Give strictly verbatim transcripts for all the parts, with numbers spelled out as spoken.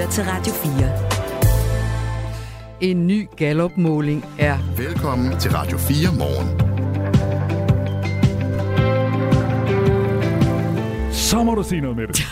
lytter til Radio fire. En ny Gallup-måling er... Velkommen til Radio fire morgen. Så må du sige noget med det.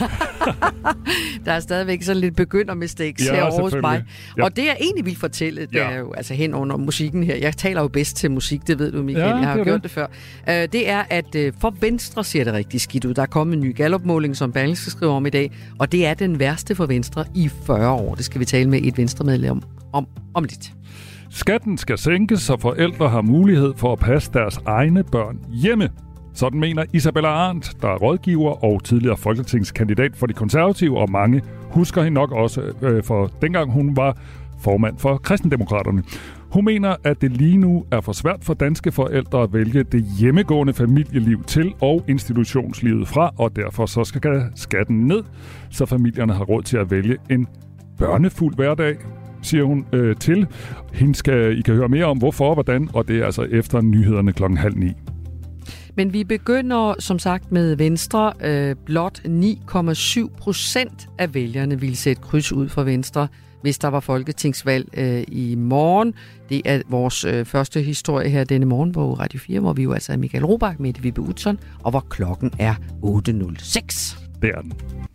Der er stadigvæk sådan lidt begyndermistakes ja, herovre hos mig. Ja. Og det jeg egentlig vil fortælle, det ja. er jo altså hen under musikken her. Jeg taler jo bedst til musik, det ved du, Michael. Ja, jeg har jo gjort det. det før. Uh, det er, at uh, for Venstre ser det rigtig skidt ud. Der er kommet en ny Gallup-måling, som Berlingske skriver om i dag. Og det er den værste for Venstre i fyrre år. Det skal vi tale med et Venstremedlem om, om lidt. Skatten skal sænkes, så forældre har mulighed for at passe deres egne børn hjemme. Sådan mener Isabella Arendt, der er rådgiver og tidligere folketingskandidat for de konservative, og mange husker hende nok også øh, for dengang hun var formand for Kristendemokraterne. Hun mener, at det lige nu er for svært for danske forældre at vælge det hjemmegående familieliv til og institutionslivet fra, og derfor så skal skatten ned, så familierne har råd til at vælge en børnefuld hverdag, siger hun øh, til. Hende skal I kan høre mere om hvorfor og hvordan, og det er altså efter nyhederne klokken halv ni. Men vi begynder som sagt med Venstre. Øh, blot ni komma syv procent af vælgerne ville sætte kryds ud for Venstre, hvis der var folketingsvalg øh, i morgen. Det er vores øh, første historie her denne morgen på Radio fire, hvor vi jo altså er Michael Robach, Mette Vibe Utzon, og hvor klokken er otte nul seks. Det er den.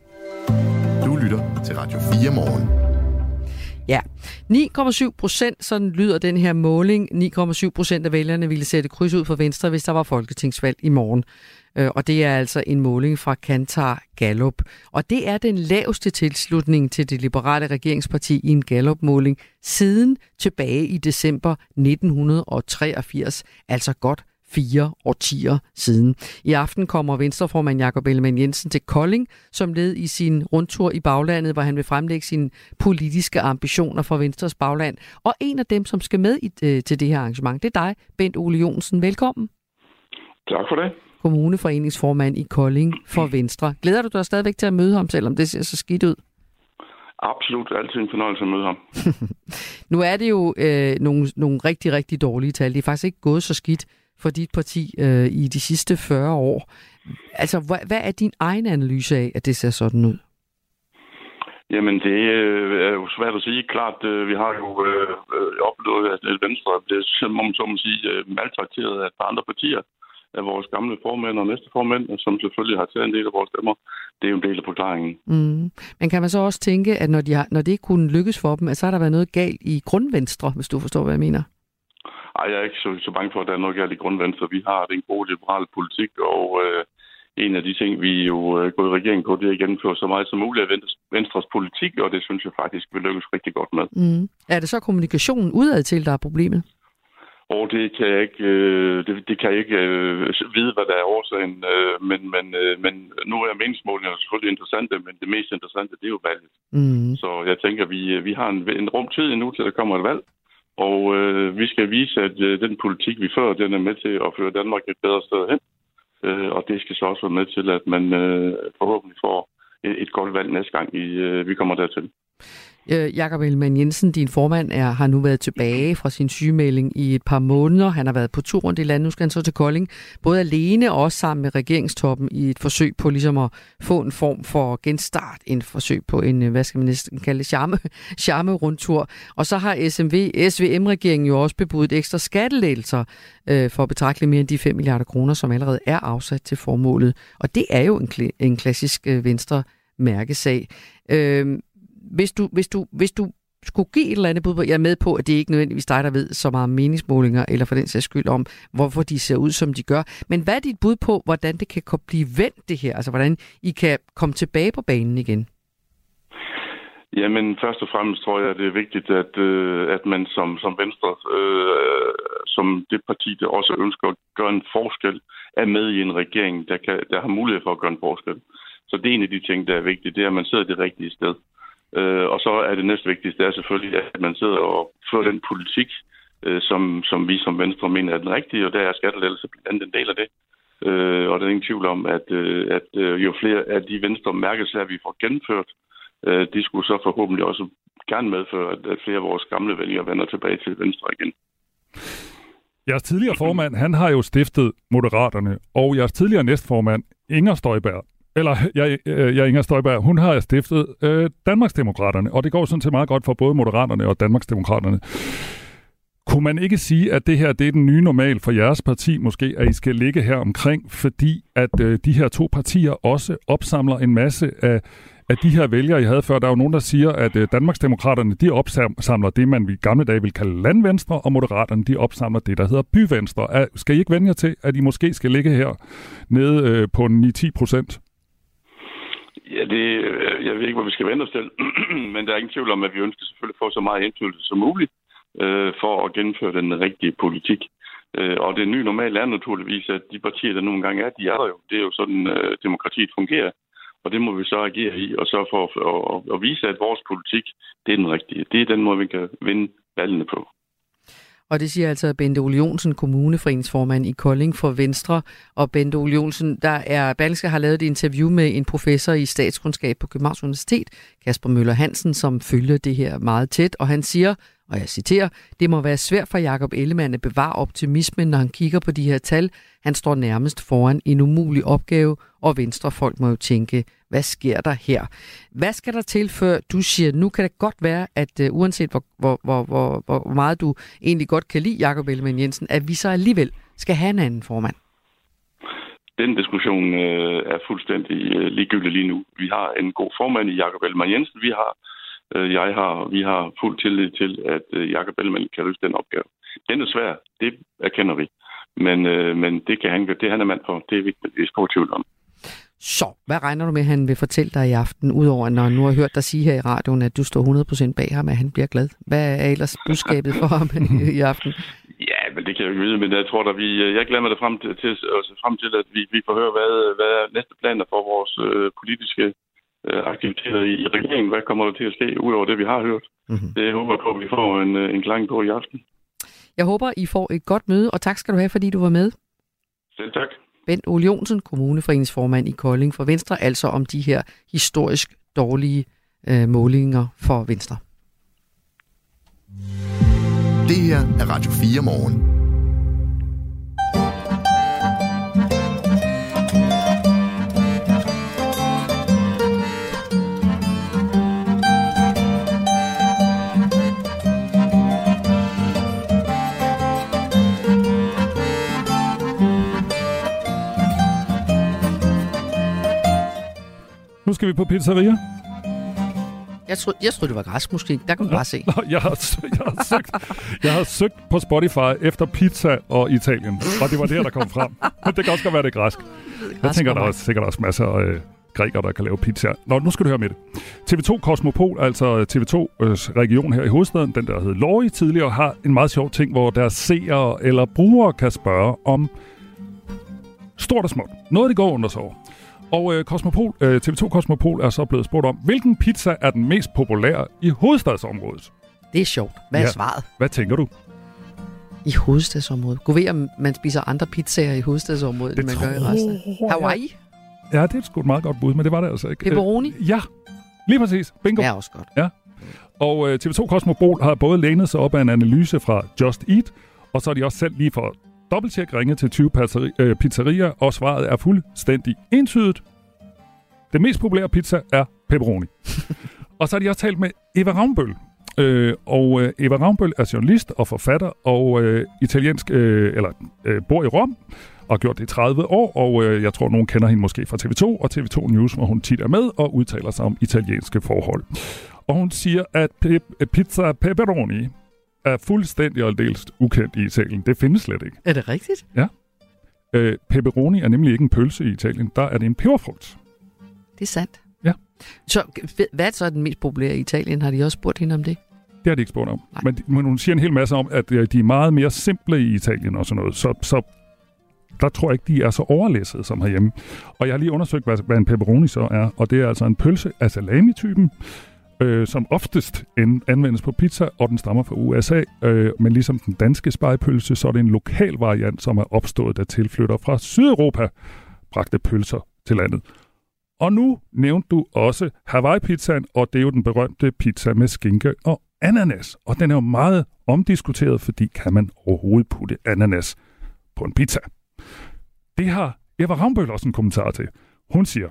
Du lytter til Radio fire morgen. Ja, ni komma syv procent, sådan lyder den her måling. ni komma syv procent af vælgerne ville sætte kryds ud for Venstre, hvis der var folketingsvalg i morgen. Og det er altså en måling fra Kantar Gallup. Og det er den laveste tilslutning til det liberale regeringsparti i en Gallup-måling siden tilbage i december nitten treogfirs, altså godt fire årtier siden. I aften kommer Venstreformand Jakob Ellemann-Jensen til Kolding, som led i sin rundtur i baglandet, hvor han vil fremlægge sine politiske ambitioner for Venstres bagland. Og en af dem, som skal med i, til det her arrangement, det er dig, Bent Ole Johnsen. Velkommen. Tak for det. Kommuneforeningsformand i Kolding for Venstre. Glæder du dig stadigvæk til at møde ham, selvom det ser så skidt ud? Absolut. Altid en fornøjelse at møde ham. Nu er det jo øh, nogle, nogle rigtig, rigtig dårlige tal. Det er faktisk ikke gået så skidt for dit parti øh, i de sidste fyrre år. Altså, hvad, hvad er din egen analyse af, at det ser sådan ud? Jamen, det øh, er jo svært at sige. Klart, øh, vi har jo øh, oplevet, at Venstre er blevet, som man sige, øh, maltrakteret af et par andre partier af vores gamle formænd og næsteformænd, som selvfølgelig har taget en del af vores stemmer. Det er jo en del af forklaringen. Mm. Men kan man så også tænke, at når, de har, når det ikke kunne lykkes for dem, at så har der været noget galt i grundvenstre, hvis du forstår, hvad jeg mener? Ej, jeg er ikke så, så bange for, at der er noget galt i grundvenstre. Vi har en god liberal politik, og øh, en af de ting, vi er jo øh, gået i regering på, det er at gennemføre så meget som muligt af Venstres politik, og det synes jeg faktisk, vi lykkes rigtig godt med. Mm. Er det så kommunikationen udad til, der er problemet? Og det kan jeg ikke, øh, det, det kan jeg ikke øh, vide, hvad der er årsagen, øh, men, men, øh, men nu er meningsmålingerne selvfølgelig interessante, men det mest interessante, det er jo valget. Mm. Så jeg tænker, vi, vi har en, en rum tid endnu, til der kommer et valg. Og øh, vi skal vise, at øh, den politik, vi fører, den er med til at føre Danmark et bedre sted hen. Øh, og det skal så også være med til, at man øh, forhåbentlig får et, et godt valg næste gang, i, øh, vi kommer dertil. Øh, Jakob Ellemann-Jensen, din formand, er, har nu været tilbage fra sin sygemelding i et par måneder. Han har været på tur rundt i landet. Nu skal han så til Kolding, både alene og også sammen med regeringstoppen i et forsøg på ligesom at få en form for genstart, en forsøg på en, hvad skal man næsten kalde det, charme, charme-rundtur. Og så har S M V, S V M-regeringen jo også bebudt ekstra skattelettelser øh, for at betragte mere end de fem milliarder kroner, som allerede er afsat til formålet. Og det er jo en, en klassisk øh, venstre-mærkesag. Øh, Hvis du, hvis, du, hvis du skulle give et eller andet bud på, jeg er med på, at det ikke nødvendigvis dig, der ved så meget om meningsmålinger, eller for den sags skyld om, hvorfor de ser ud, som de gør. Men hvad er dit bud på, hvordan det kan blive vendt det her? Altså, hvordan I kan komme tilbage på banen igen? Jamen, først og fremmest tror jeg, at det er vigtigt, at, øh, at man som, som Venstre, øh, som det parti, der også ønsker at gøre en forskel, er med i en regering, der, kan, der har mulighed for at gøre en forskel. Så det er en af de ting, der er vigtigt, det er, at man sidder det rigtige sted. Uh, og så er det næste vigtigste, det er selvfølgelig, at man sidder og fører den politik, uh, som, som vi som Venstre mener er den rigtige, og der er skattelettelse blandt andet en del af det. Uh, og der er ingen tvivl om, at, uh, at uh, jo flere af de Venstre mærkesager, vi får gennemført, uh, de skulle så forhåbentlig også gerne medføre, at, at flere af vores gamle vælgere vender tilbage til Venstre igen. Jeres tidligere formand, han har jo stiftet Moderaterne, og jeres tidligere næstformand, Inger Støjberg, eller jeg, jeg, jeg Inger Støjberg, hun har stiftet øh, Danmarksdemokraterne, og det går sådan set meget godt for både Moderaterne og Danmarksdemokraterne. Kunne man ikke sige, at det her det er den nye normal for jeres parti, måske, at I skal ligge her omkring, fordi at øh, de her to partier også opsamler en masse af, af de her vælgere, I havde før? Der er jo nogen, der siger, at øh, Danmarksdemokraterne, de opsamler det, man i gamle dage ville kalde landvenstre, og Moderaterne, de opsamler det, der hedder byvenstre. Er, skal I ikke vende jer til, at I måske skal ligge her nede øh, på ni til ti procent? Ja, det, jeg ved ikke, hvor vi skal vende os til, men der er ingen tvivl om, at vi ønsker selvfølgelig at få så meget indflydelse som muligt øh, for at gennemføre den rigtige politik. Øh, og det nye normale er naturligvis, at de partier, der nogle gange er, de er der jo. Det er jo sådan, øh, demokratiet fungerer, og det må vi så agere i, og så for at, at, at vise, at vores politik, det er den rigtige. Det er den måde, vi kan vinde valgene på. Og det siger altså Bente Ole Johnsen, kommuneforeningsformand i Kolding for Venstre. Og Bente Ole Johnsen, der er, Berlingske har lavet et interview med en professor i statskundskab på Københavns Universitet, Kasper Møller Hansen, som følger det her meget tæt. Og han siger, og jeg citerer, det må være svært for Jakob Ellemann at bevare optimismen, når han kigger på de her tal. Han står nærmest foran en umulig opgave, og venstrefolk må jo tænke, hvad sker der her? Hvad skal der til, før du siger, nu kan det godt være, at uh, uanset hvor, hvor, hvor, hvor, hvor meget du egentlig godt kan lide Jakob Ellemann Jensen, at vi så alligevel skal have en anden formand? Den diskussion øh, er fuldstændig øh, ligegyldig lige nu. Vi har en god formand i Jakob Ellemann Jensen. Vi har Jeg har, vi har fuld tillid til, at Jakob Ellemann kan løse den opgave. Den er svær, det erkender vi. Men, øh, men det kan han, det han er mand for, det er vigtigt, det er stor tvivl om. Så, hvad regner du med, at han vil fortælle dig i aften, udover når han nu har hørt dig sige her i radioen, at du står hundrede procent bag ham, at han bliver glad? Hvad er ellers budskabet for ham i aften? Ja, men det kan jeg jo ikke vide, men jeg tror, at vi, jeg glæder mig det frem til, til, frem til at vi, vi får høre, hvad, hvad er næste planer for vores øh, politiske aktiviteter i regeringen. Hvad kommer der til at ske, udover det, vi har hørt? Mm-hmm. Det håber jeg på, at vi får en, en klang på i aften. Jeg håber, I får et godt møde, og tak skal du have, fordi du var med. Selv tak. Bent Ole Johnsen, kommuneforeningsformand i Kolding for Venstre, altså om de her historisk dårlige øh, målinger for Venstre. Det her er Radio fire Morgen. Nu skal vi på pizzeria. Jeg troede, jeg troede det var græsk måske. Der kan du bare se. Nå, jeg, har, jeg, har søgt, jeg har søgt på Spotify efter pizza og Italien. Og det var det, der kom frem. Men det kan også godt være, det er græsk. Jeg tænker, der er sikkert også masser af øh, grækere, der kan lave pizza. Nå, nu skal du høre med det. T V to Cosmopol, altså T V to-s region her i hovedstaden, den der hed Lorry tidligere, har en meget sjov ting, hvor deres seere eller brugere kan spørge om stort og småt. Noget, det går under sig over. Og øh, Cosmopol, øh, T V to Cosmopol er så blevet spurgt om, hvilken pizza er den mest populære i hovedstadsområdet? Det er sjovt. Hvad er ja. svaret? Hvad tænker du? I hovedstadsområdet? Gå ved, om man spiser andre pizzaer i hovedstadsområdet, end man gør i resten. Hawaii? Ja, det er sgu et meget godt bud, men det var det altså ikke. Pepperoni? Øh, ja, lige præcis. Bingo. Ja, også godt. Ja. Og øh, T V to Cosmopol har både lænet sig op af en analyse fra Just Eat, og så er de også selv lige for dobbelttjek ringet til tyve pizzerier, og svaret er fuldstændig entydigt. Den mest populære pizza er pepperoni. Og så har de også talt med Eva Ravnbøl. Øh, og øh, Eva Ravnbøl er journalist og forfatter og øh, italiensk, øh, eller øh, bor i Rom, og har gjort det i tredive år, og øh, jeg tror, nogen kender hende måske fra T V to og T V to News, hvor hun tit er med og udtaler sig om italienske forhold. Og hun siger, at pe- pizza pepperoni er fuldstændig og dels ukendt i Italien. Det findes slet ikke. Er det rigtigt? Ja. Øh, pepperoni er nemlig ikke en pølse i Italien. Der er det en peberfrugt. Det er sandt. Ja. Så hvad er så den mest populære i Italien? Har de også spurgt hende om det? Det har de ikke spurgt om. Men, men hun siger en hel masse om, at de er meget mere simple i Italien og sådan noget. Så, så der tror jeg ikke, de er så overlæsset som herhjemme. Og jeg har lige undersøgt, hvad, hvad en pepperoni så er. Og det er altså en pølse af salami-typen, øh, som oftest anvendes på pizza, og den stammer fra U S A. Øh, men ligesom den danske spegepølse, så er det en lokal variant, som er opstået, da tilflytter fra Sydeuropa bragte pølser til landet. Og nu nævnte du også Hawaii-pizzaen, og det er jo den berømte pizza med skinke og ananas. Og den er jo meget omdiskuteret, fordi kan man overhovedet putte ananas på en pizza? Det har Eva Ravnbøl også en kommentar til. Hun siger,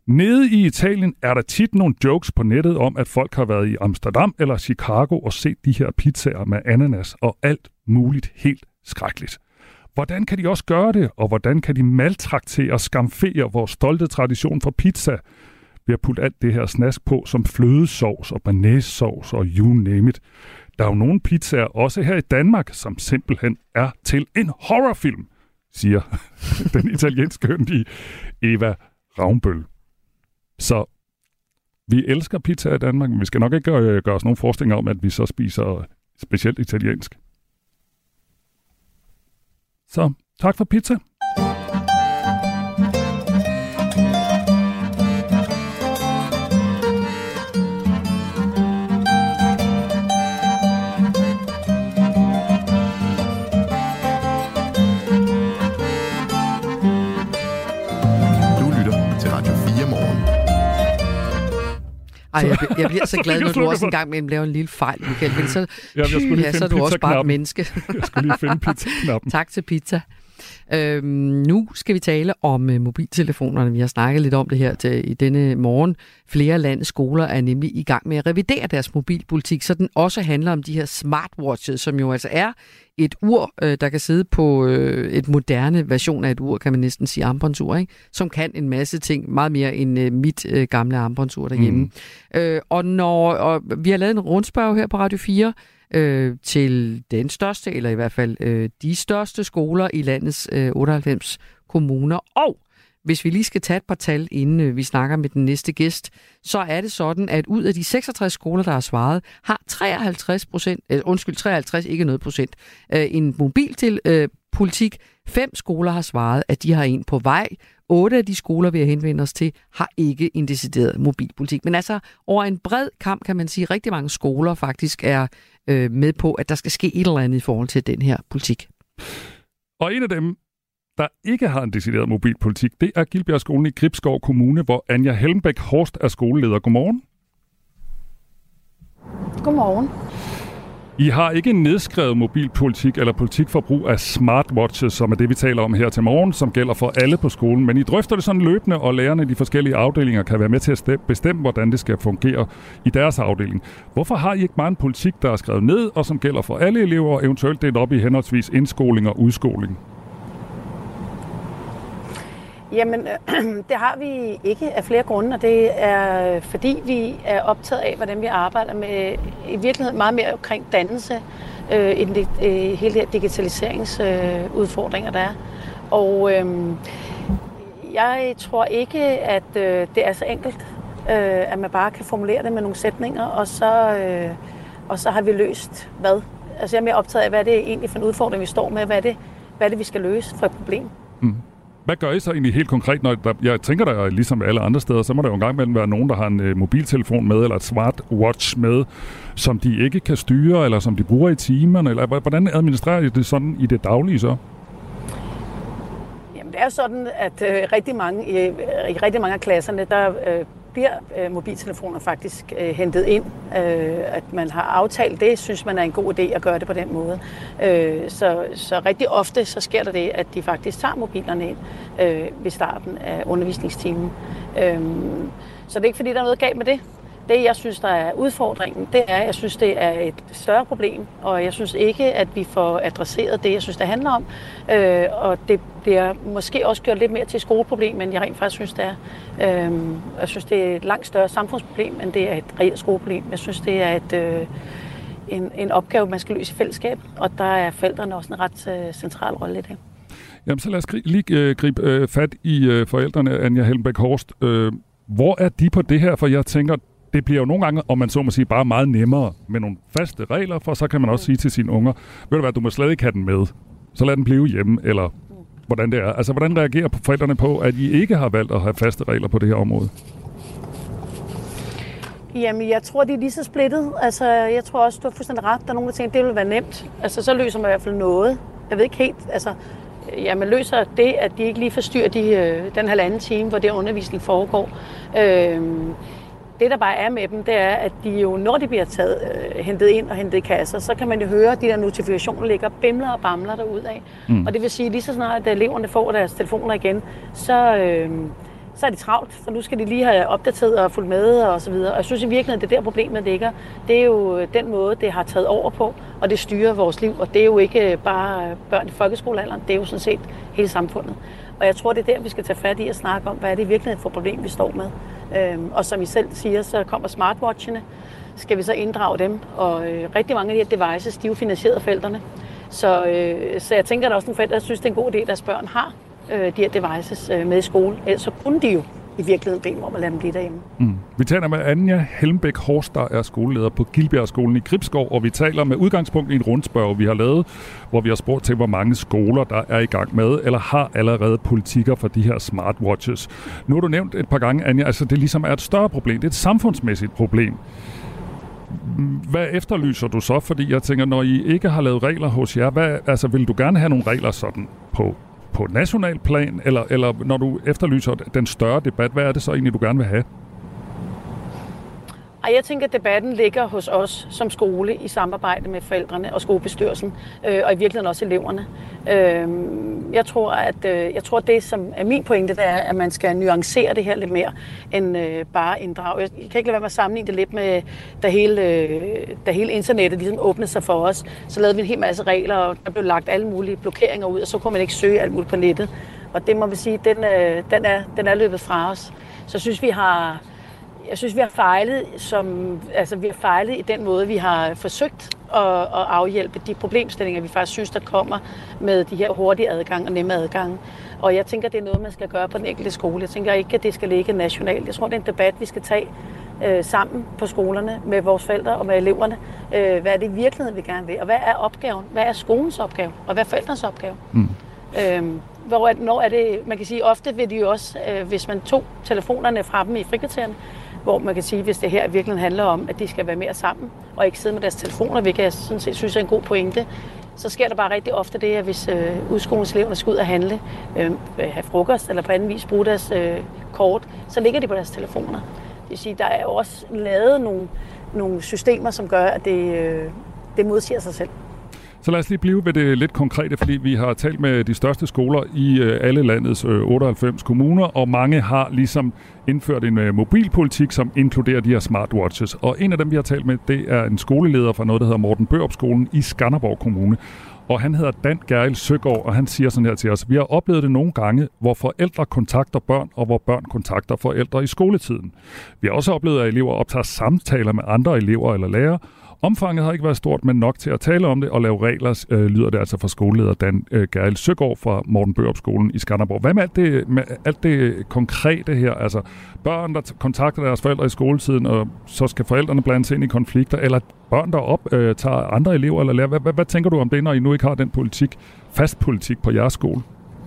Nede i Italien er der tit nogle jokes på nettet om, at folk har været i Amsterdam eller Chicago og set de her pizzaer med ananas og alt muligt helt skrækkeligt. Hvordan kan de også gøre det, og hvordan kan de maltraktere og skamfere vores stolte tradition for pizza ved at putte alt det her snask på som flødesovs og banæssovs og you name it. Der er jo nogle pizzaer, også her i Danmark, som simpelthen er til en horrorfilm, siger den italienske kyndige Eva Ravnbøl. Så vi elsker pizza i Danmark, men vi skal nok ikke gøre, gøre os nogen forestillinger om, at vi så spiser specielt italiensk. Så tak for pizza. Ej, jeg, jeg bliver så glad, når du også engang med laver en lille fejl, Michael. Men så, ja, ja, så er du også bare et menneske. Jeg skulle lige finde pizza-knappen. Tak til pizza. Øhm, nu skal vi tale om uh, mobiltelefonerne. Vi har snakket lidt om det her til, i denne morgen. Flere landets skoler er nemlig i gang med at revidere deres mobilpolitik, så den også handler om de her smartwatches, som jo altså er et ur, øh, der kan sidde på øh, et moderne version af et ur, kan man næsten sige armbåndsur, ikke? Som kan en masse ting, meget mere end øh, mit øh, gamle armbåndsur derhjemme. Mm. Øh, og når og vi har lavet en rundspørg her på Radio fire, Øh, til den største, eller i hvert fald øh, de største skoler i landets øh, otteoghalvfems kommuner. Og hvis vi lige skal tage et par tal, inden øh, vi snakker med den næste gæst, så er det sådan, at ud af de seksogtres skoler, der har svaret, har treoghalvtreds procent, øh, undskyld, treoghalvtreds, ikke noget procent, øh, en mobilpolitik. Øh, Fem skoler har svaret, at de har en på vej. Otte af de skoler, vi har henvendt os til, har ikke en decideret mobilpolitik. Men altså over en bred kamp, kan man sige, rigtig mange skoler faktisk er øh, med på, at der skal ske et eller andet i forhold til den her politik. Og en af dem, der ikke har en decideret mobilpolitik, det er Gilbjergskolen i Gribskov Kommune, hvor Anja Helmbæk Horst er skoleleder. Godmorgen. Godmorgen. I har ikke en nedskrevet mobilpolitik eller politik for brug af smartwatches, som er det, vi taler om her til morgen, som gælder for alle på skolen. Men I drøfter det sådan løbende, og lærerne i de forskellige afdelinger kan være med til at bestemme, hvordan det skal fungere i deres afdeling. Hvorfor har I ikke bare en politik, der er skrevet ned, og som gælder for alle elever, og eventuelt delt op i henholdsvis indskoling og udskoling? Jamen, øh, det har vi ikke af flere grunde, og det er fordi, vi er optaget af, hvordan vi arbejder med i virkeligheden meget mere omkring dannelse øh, i den, øh, hele de her digitaliseringsudfordringer, øh, der er. Og øh, jeg tror ikke, at øh, det er så enkelt, øh, at man bare kan formulere det med nogle sætninger, og så, øh, og så har vi løst hvad? Altså jeg er mere optaget af, hvad det er egentlig for en udfordring, vi står med, hvad det, hvad det vi skal løse for et problem. Mm. Hvad gør I så egentlig helt konkret, når der, jeg tænker, der er ligesom alle andre steder, så må der jo en gang imellem være nogen, der har en øh, mobiltelefon med, eller et smartwatch med, som de ikke kan styre, eller som de bruger i timerne, eller hvordan administrerer I det sådan i det daglige så? Jamen det er jo sådan, at øh, rigtig mange, i, i rigtig mange af klasserne, der øh, bliver øh, mobiltelefoner faktisk øh, hentet ind. Øh, at man har aftalt det, synes man er en god idé at gøre det på den måde. Øh, så, så rigtig ofte så sker der det, at de faktisk tager mobilerne ind øh, ved starten af undervisningstimen. Øh, så det er ikke fordi, der er noget galt med det. Det, jeg synes, der er udfordringen, det er, at jeg synes, det er et større problem, og jeg synes ikke, at vi får adresseret det, jeg synes, det handler om. Øh, og det bliver måske også gjort lidt mere til et skoleproblem, end jeg rent faktisk synes, det er. Øh, jeg synes, det er et langt større samfundsproblem, end det er et reelt skoleproblem. Jeg synes, det er et, øh, en, en opgave, man skal løse i fællesskab, og der er forældrene også en ret øh, central rolle i det. Jamen, så lad os lige øh, gribe øh, fat i øh, forældrene, Anja Helmbæk Horst. Øh, hvor er de på det her? For jeg tænker, det bliver jo nogle gange, om man så må sige, bare meget nemmere med nogle faste regler, for så kan man også sige til sine unger, ved du hvad, du må slet ikke have den med, så lad den blive hjemme, eller hvordan det er. Altså, hvordan reagerer forældrene på, at I ikke har valgt at have faste regler på det her område? Jamen, jeg tror, de er lige så splittet. Altså, jeg tror også, du har fuldstændig ret. Der er nogen, der tænker, det vil være nemt. Altså, så løser man i hvert fald noget. Jeg ved ikke helt, altså, ja, man løser det, at de ikke lige forstyrrer de, øh, den halvanden time, hvor det undervisning foregår. Øh, Det, der bare er med dem, det er, at de jo, når de bliver taget, øh, hentet ind og hentet i kasser, så kan man jo høre, at de der notifikationer ligger bimler og bamler derudad. Mm. Og det vil sige, lige så snart at eleverne får deres telefoner igen, så, øh, så er de travlt, for nu skal de lige have opdateret og fulgt med og så videre. Og jeg synes i virkeligheden, det er der problemet ligger. Det er jo den måde, det har taget over på, og det styrer vores liv. Og det er jo ikke bare børn i folkeskolealderen, det er jo sådan set hele samfundet. Og jeg tror, det er der, vi skal tage fat i at snakke om, hvad er det i virkeligheden for problem, vi står med. Øhm, og som I selv siger, så kommer smartwatchene. Skal vi så inddrage dem? Og øh, rigtig mange af de her devices, de er jo finansieret af forældrene. Så, øh, så jeg tænker, at der er også nogle forældre, der synes, det er en god idé, at deres børn har øh, de her devices øh, med i skole. Ellers så kunne de jo i virkeligheden bede om at lade dem blive derhjemme. Mm. Vi taler med Anja Helmbæk Horst, der er skoleleder på Gilbjergskolen i Gribskov, og vi taler med udgangspunkt i en rundspørg, vi har lavet, hvor vi har spurgt til, hvor mange skoler, der er i gang med, eller har allerede politikker for de her smartwatches. Nu har du nævnt et par gange, Anja, altså det ligesom er et større problem. Det er et samfundsmæssigt problem. Hvad efterlyser du så? Fordi jeg tænker, når I ikke har lavet regler hos jer, hvad, altså vil du gerne have nogle regler sådan på på national plan, eller, eller når du efterlyser den større debat, hvad er det så egentlig, du gerne vil have? Jeg tænker, at debatten ligger hos os som skole i samarbejde med forældrene og skolebestyrelsen, øh, og i virkeligheden også eleverne. Øh, jeg tror, at øh, jeg tror, det, som er min pointe, det er, at man skal nuancere det her lidt mere, end øh, bare inddrage. Jeg kan ikke lade være med at sammenligne det lidt med, da hele, øh, da hele internettet ligesom åbnede sig for os, så lavede vi en hel masse regler, og der blev lagt alle mulige blokeringer ud, og så kunne man ikke søge alt muligt på nettet. Og det må vi sige, den, øh, den, er, den er løbet fra os. Så synes vi har... Jeg synes, vi har fejlet, som, altså, vi har fejlet i den måde, vi har forsøgt at, at afhjælpe de problemstillinger, vi faktisk synes, der kommer med de her hurtige adgang og nemme adgang. Og jeg tænker, det er noget, man skal gøre på den enkelte skole. Jeg tænker ikke, at det skal ligge nationalt. Jeg tror, det er en debat, vi skal tage øh, sammen på skolerne med vores forældre og med eleverne. Øh, hvad er det i virkeligheden, vi gerne vil? Og hvad er opgaven? Hvad er skolens opgave? Og hvad er forældrenes opgave? Mm. Øhm, hvor, når er det, man kan sige, ofte vil de jo også, øh, hvis man tog telefonerne fra dem i frikvartererne, hvor man kan sige, hvis det her virkelig handler om, at de skal være mere sammen, og ikke sidde med deres telefoner, hvilket jeg sådan set synes er en god pointe, så sker der bare rigtig ofte det, at hvis øh, udskolingseleverne skal ud og handle, øh, have frokost eller på anden vis bruge deres øh, kort, så ligger de på deres telefoner. Det vil sige, der er også lavet nogle, nogle systemer, som gør, at det, øh, det modsiger sig selv. Så lad os lige blive ved det lidt konkrete, fordi vi har talt med de største skoler i alle landets otteoghalvfems kommuner, og mange har ligesom indført en mobilpolitik, som inkluderer de her smartwatches. Og en af dem, vi har talt med, det er en skoleleder fra noget, der hedder Morten Børup-skolen i Skanderborg Kommune. Og han hedder Dan Geril Søgaard, og han siger sådan her til os: vi har oplevet det nogle gange, hvor forældre kontakter børn, og hvor børn kontakter forældre i skoletiden. Vi har også oplevet, at elever optager samtaler med andre elever eller lærere. Omfanget har ikke været stort, men nok til at tale om det og lave regler, øh, lyder det altså fra skoleleder Dan øh, Geril Søgaard fra Morten Børup-skolen i Skanderborg. Hvad med alt det, med alt det konkrete her? Altså børn, der kontakter deres forældre i skoletiden, og så skal forældrene blande sig ind i konflikter, eller børn, der optager øh, tager andre elever eller lærer. Hvad, hvad, hvad tænker du om det, når I nu ikke har den politik, fast politik på jeres skole?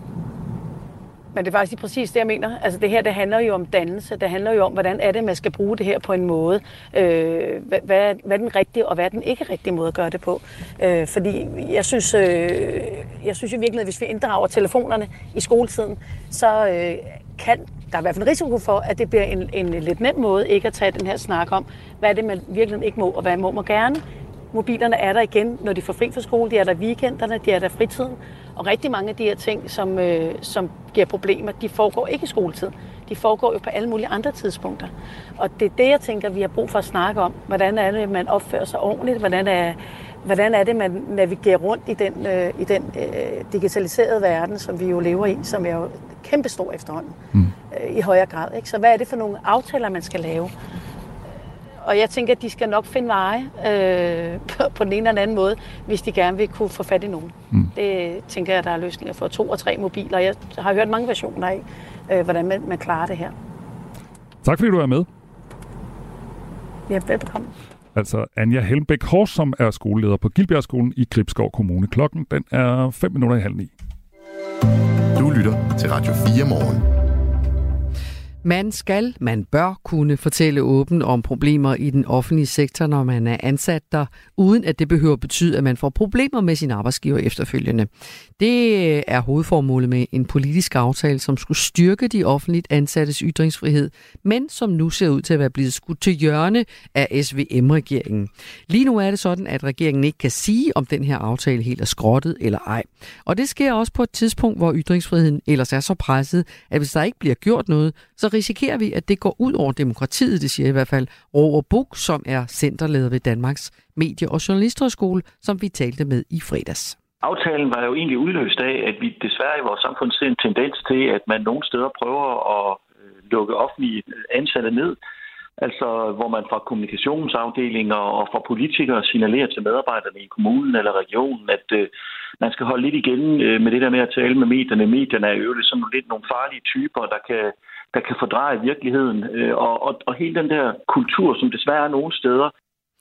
Men det er faktisk præcis det, jeg mener. Altså det her, det handler jo om dannelse. Det handler jo om, hvordan er det, man skal bruge det her på en måde. Øh, hvad, hvad, hvad er den rigtige, og hvad er den ikke rigtige måde at gøre det på? Øh, fordi jeg synes, øh, jeg synes jo virkelig, at hvis vi inddrager telefonerne i skoletiden, så øh, kan der er i hvert fald en risiko for, at det bliver en, en lidt nem måde ikke at tage den her snak om, hvad er det, man virkelig ikke må, og hvad må man gerne. Mobilerne er der igen, når de får fri fra skole, de er der weekenderne, de er der fritiden. Og rigtig mange af de her ting, som, øh, som giver problemer, de foregår ikke i skoletid. De foregår jo på alle mulige andre tidspunkter. Og det er det, jeg tænker, vi har brug for at snakke om. Hvordan er det, man opfører sig ordentligt? Hvordan er, hvordan er det, man navigerer rundt i den, øh, i den øh, digitaliserede verden, som vi jo lever i, som er jo kæmpestor efterhånden, mm. øh, i højere grad. Ikke? Så hvad er det for nogle aftaler, man skal lave? Og jeg tænker, at de skal nok finde veje øh, på, på den ene eller anden måde, hvis de gerne vil kunne få fat i nogen. Mm. Det tænker jeg, der er løsninger for to og tre mobiler. Jeg har hørt mange versioner af, øh, hvordan man, man klarer det her. Tak fordi du er med. Ja, velbekomme. Altså Anja Helmbæk Horst, som er skoleleder på Gilbjergskolen i Gribskov Kommune. Klokken den er fem minutter i halv ni. Du lytter til Radio fire Morgen. Man skal, man bør kunne fortælle åbent om problemer i den offentlige sektor, når man er ansat der, uden at det behøver at betyde, at man får problemer med sin arbejdsgiver efterfølgende. Det er hovedformålet med en politisk aftale, som skulle styrke de offentligt ansattes ytringsfrihed, men som nu ser ud til at være blevet skudt til hjørne af S V M-regeringen. Lige nu er det sådan, at regeringen ikke kan sige, om den her aftale helt er skrottet eller ej. Og det sker også på et tidspunkt, hvor ytringsfriheden ellers er så presset, at hvis der ikke bliver gjort noget, så så risikerer vi, at det går ud over demokratiet, det siger i hvert fald Roger Buch, som er centerleder ved Danmarks Medie- og Journalisterskole, som vi talte med i fredags. Aftalen var jo egentlig udløst af, at vi desværre i vores samfund ser en tendens til, at man nogle steder prøver at lukke offentlige ansatte ned. Altså hvor man fra kommunikationsafdelinger og fra politikere signalerer til medarbejderne i kommunen eller regionen, at øh, man skal holde lidt igen øh, med det der med at tale med medierne. Medierne er jo sådan lidt nogle farlige typer, der kan, der kan fordreje virkeligheden. Øh, og, og, og hele den der kultur, som desværre er nogle steder.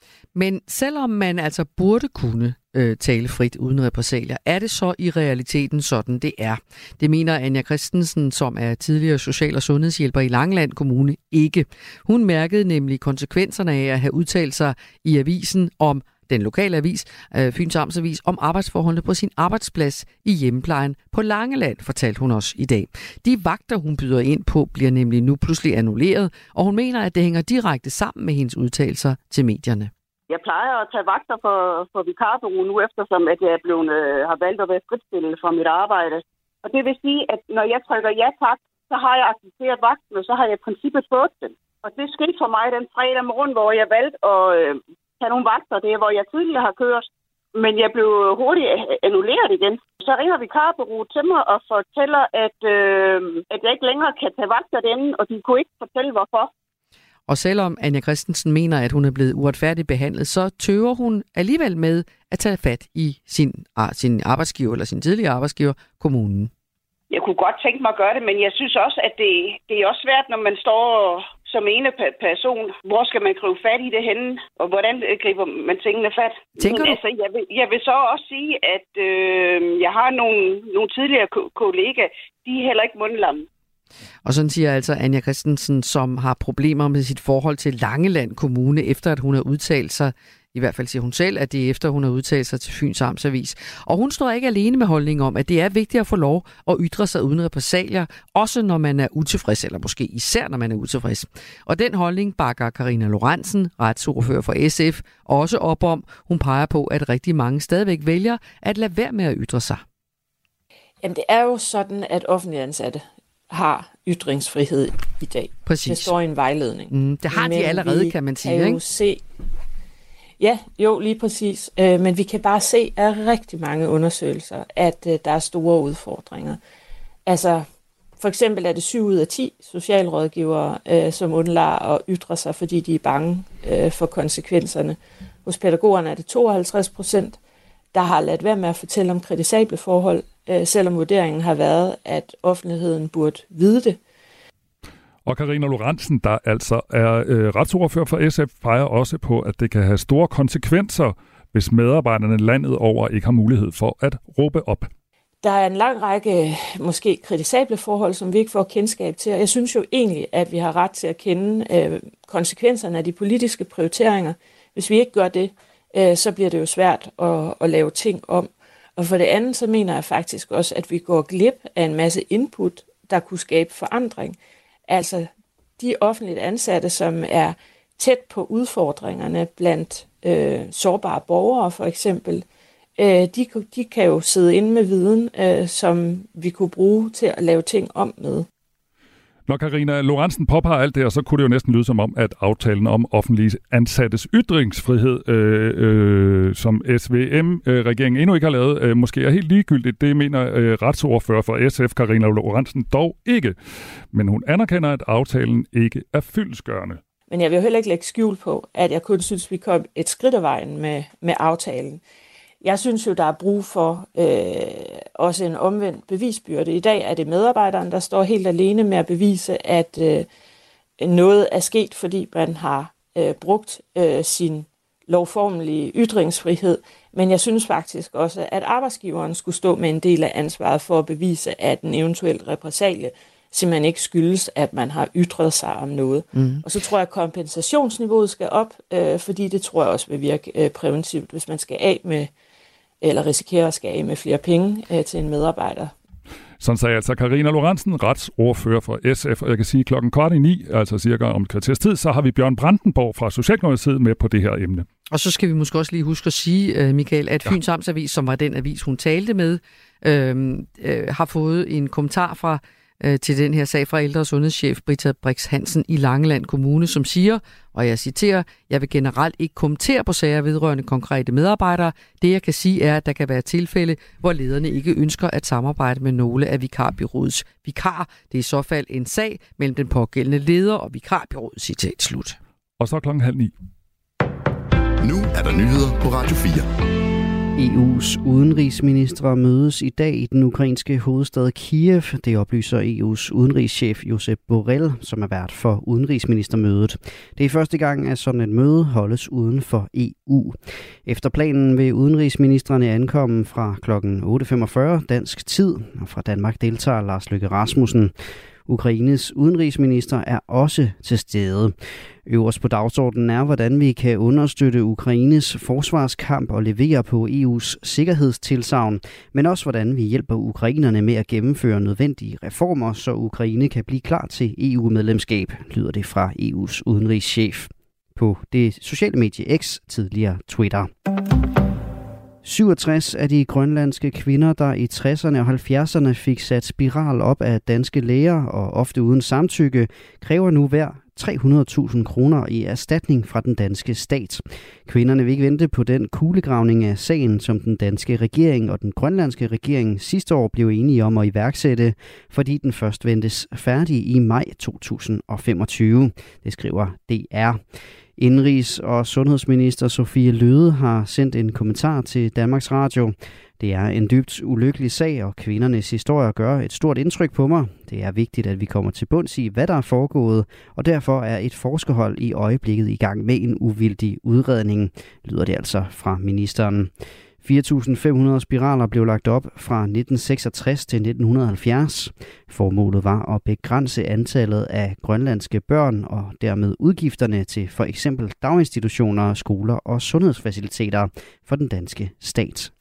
Men selvom man altså burde kunne øh, tale frit uden repressalier, er det så i realiteten sådan, det er. Det mener Anja Christensen, som er tidligere social- og sundhedshjælper i Langeland Kommune, ikke. Hun mærkede nemlig konsekvenserne af at have udtalt sig i avisen om den lokale avis, øh, Fyns Amtsavis, om arbejdsforholdene på sin arbejdsplads i hjemmeplejen på Langeland, fortalte hun os i dag. De vagter, hun byder ind på, bliver nemlig nu pludselig annulleret, og hun mener, at det hænger direkte sammen med hendes udtalelser til medierne. Jeg plejer at tage vagter for, for vikarbureau nu, eftersom at jeg er blevet, øh, har valgt at være fritstillet fra mit arbejde. Og det vil sige, at når jeg trykker ja tak, så har jeg accepteret vagten, og så har jeg i princippet fået den. Og det skete for mig den fredag morgen, hvor jeg valgte at øh, tage nogle vagter, det er, hvor jeg tidligere har kørt. Men jeg blev hurtigt annulleret igen. Så ringer vikarbureauet til mig og fortæller, at, øh, at jeg ikke længere kan tage vagter derinde, og de kunne ikke fortælle, hvorfor. Og selvom Anja Christensen mener, at hun er blevet uretfærdigt behandlet, så tøver hun alligevel med at tage fat i sin, sin arbejdsgiver, eller sin tidligere arbejdsgiver, kommunen. Jeg kunne godt tænke mig at gøre det, men jeg synes også, at det, det er også svært, når man står som ene person. Hvor skal man gribe fat i det henne, og hvordan griber man tingene fat? Tænker du? Altså, jeg, vil, jeg vil så også sige, at øh, jeg har nogle, nogle tidligere ko- kollegaer, de er heller ikke mundlamme. Og sådan siger altså Anja Christensen, som har problemer med sit forhold til Langeland Kommune, efter at hun har udtalt sig, i hvert fald siger hun selv, at det er efter, hun har udtalt sig til Fyns Amtsavis. Og hun står ikke alene med holdningen om, at det er vigtigt at få lov at ytre sig uden repressalier, også når man er utilfreds, eller måske især når man er utilfreds. Og den holdning bakker Karina Lorentzen, retsordfører for S F, også op om. Hun peger på, at rigtig mange stadigvæk vælger at lade være med at ytre sig. Jamen det er jo sådan, at offentlige ansatte har ytringsfrihed i dag. Præcis. Det står i en vejledning. Mm, det har de men allerede, kan man sige. Kan ikke? Jo se, ja, jo, lige præcis. Øh, men vi kan bare se af rigtig mange undersøgelser, at øh, der er store udfordringer. Altså, for eksempel er det syv ud af ti socialrådgivere, øh, som undlader at ytre sig, fordi de er bange øh, for konsekvenserne. Hos pædagogerne er det tooghalvtreds procent, der har ladt være med at fortælle om kritisable forhold, øh, selvom vurderingen har været, at offentligheden burde vide det. Og Karina Lorentzen, der altså er øh, retsordfører for S F, peger også på, at det kan have store konsekvenser, hvis medarbejderne landet over ikke har mulighed for at råbe op. Der er en lang række måske kritisable forhold, som vi ikke får kendskab til, og jeg synes jo egentlig, at vi har ret til at kende øh, konsekvenserne af de politiske prioriteringer. Hvis vi ikke gør det, øh, så bliver det jo svært at, at lave ting om. Og for det andet, så mener jeg faktisk også, at vi går glip af en masse input, der kunne skabe forandring. Altså de offentligt ansatte, som er tæt på udfordringerne blandt øh, sårbare borgere for eksempel, øh, de, de kan jo sidde inde med viden, øh, som vi kunne bruge til at lave ting om med. Når Karina Lorentzen påpeger alt det her, så kunne det jo næsten lyde som om, at aftalen om offentlige ansattes ytringsfrihed, øh, øh, som S V M-regeringen endnu ikke har lavet, øh, måske er helt ligegyldigt. Det mener øh, retsordfører for S F, Karina Lorentzen, dog ikke. Men hun anerkender, at aftalen ikke er fyldestgørende. Men jeg vil jo heller ikke lægge skjul på, at jeg kun synes, vi kom et skridt af vejen med, med aftalen. Jeg synes jo, der er brug for øh, også en omvendt bevisbyrde. I dag er det medarbejderen, der står helt alene med at bevise, at øh, noget er sket, fordi man har øh, brugt øh, sin lovformelige ytringsfrihed. Men jeg synes faktisk også, at arbejdsgiveren skulle stå med en del af ansvaret for at bevise, at en eventuel repressalie simpelthen ikke skyldes, at man har ytret sig om noget. Mm. Og så tror jeg, at kompensationsniveauet skal op, øh, fordi det tror jeg også vil virke øh, præventivt, hvis man skal af med eller risikerer at skal af med flere penge øh, til en medarbejder. Sådan sagde altså Karina Lorentzen, retsordfører for S F, og jeg kan sige klokken kvart i ni, altså cirka om et kvarters tid, så har vi Bjørn Brandenborg fra Socialdemokratiet med på det her emne. Og så skal vi måske også lige huske at sige, Michael, at Fyns Amtsavis, som var den avis, hun talte med, øh, øh, har fået en kommentar fra øh, til den her sag fra ældre- og sundhedschef Britta Brix Hansen i Langeland Kommune, som siger, og jeg citerer, jeg vil generelt ikke kommentere på sager vedrørende konkrete medarbejdere. Det jeg kan sige er, at der kan være tilfælde, hvor lederne ikke ønsker at samarbejde med nogle af vikarbyrådets vikarer. Det er i så fald en sag mellem den pågældende leder og vikarbyrådet, citat slut. Og så klokken halv ni. Nu er der nyheder på Radio fire. E U's udenrigsministre mødes i dag i den ukrainske hovedstad Kiev. Det oplyser E U's udenrigschef Josep Borrell, som er vært for udenrigsministermødet. Det er første gang, at sådan et møde holdes uden for E U. Efter planen vil udenrigsministrene ankomme fra klokken otte femogfyrre dansk tid, og fra Danmark deltager Lars Løkke Rasmussen. Ukraines udenrigsminister er også til stede. Øverst på dagsordenen er, hvordan vi kan understøtte Ukraines forsvarskamp og levere på E U's sikkerhedstilsagn, men også hvordan vi hjælper ukrainerne med at gennemføre nødvendige reformer, så Ukraine kan blive klar til E U-medlemskab, lyder det fra E U's udenrigschef på det sociale medie X, tidligere Twitter. syvogtres af de grønlandske kvinder, der i tresserne og halvfjerdserne fik sat spiral op af danske læger og ofte uden samtykke, kræver nu hver tre hundrede tusind kroner i erstatning fra den danske stat. Kvinderne vil ikke vente på den kulegravning af sagen, som den danske regering og den grønlandske regering sidste år blev enige om at iværksætte, fordi den først ventes færdig i maj to tusind og femogtyve. Det skriver D R. Indenrigs- og sundhedsminister Sophie Løhde har sendt en kommentar til Danmarks Radio. Det er en dybt ulykkelig sag, og kvindernes historier gør et stort indtryk på mig. Det er vigtigt, at vi kommer til bunds i, hvad der er foregået, og derfor er et forskerhold i øjeblikket i gang med en uvildig udredning, lyder det altså fra ministeren. fire tusind fem hundrede spiraler blev lagt op fra nitten seksogtres til nitten halvfjerds. Formålet var at begrænse antallet af grønlandske børn og dermed udgifterne til for eksempel daginstitutioner, skoler og sundhedsfaciliteter for den danske stat.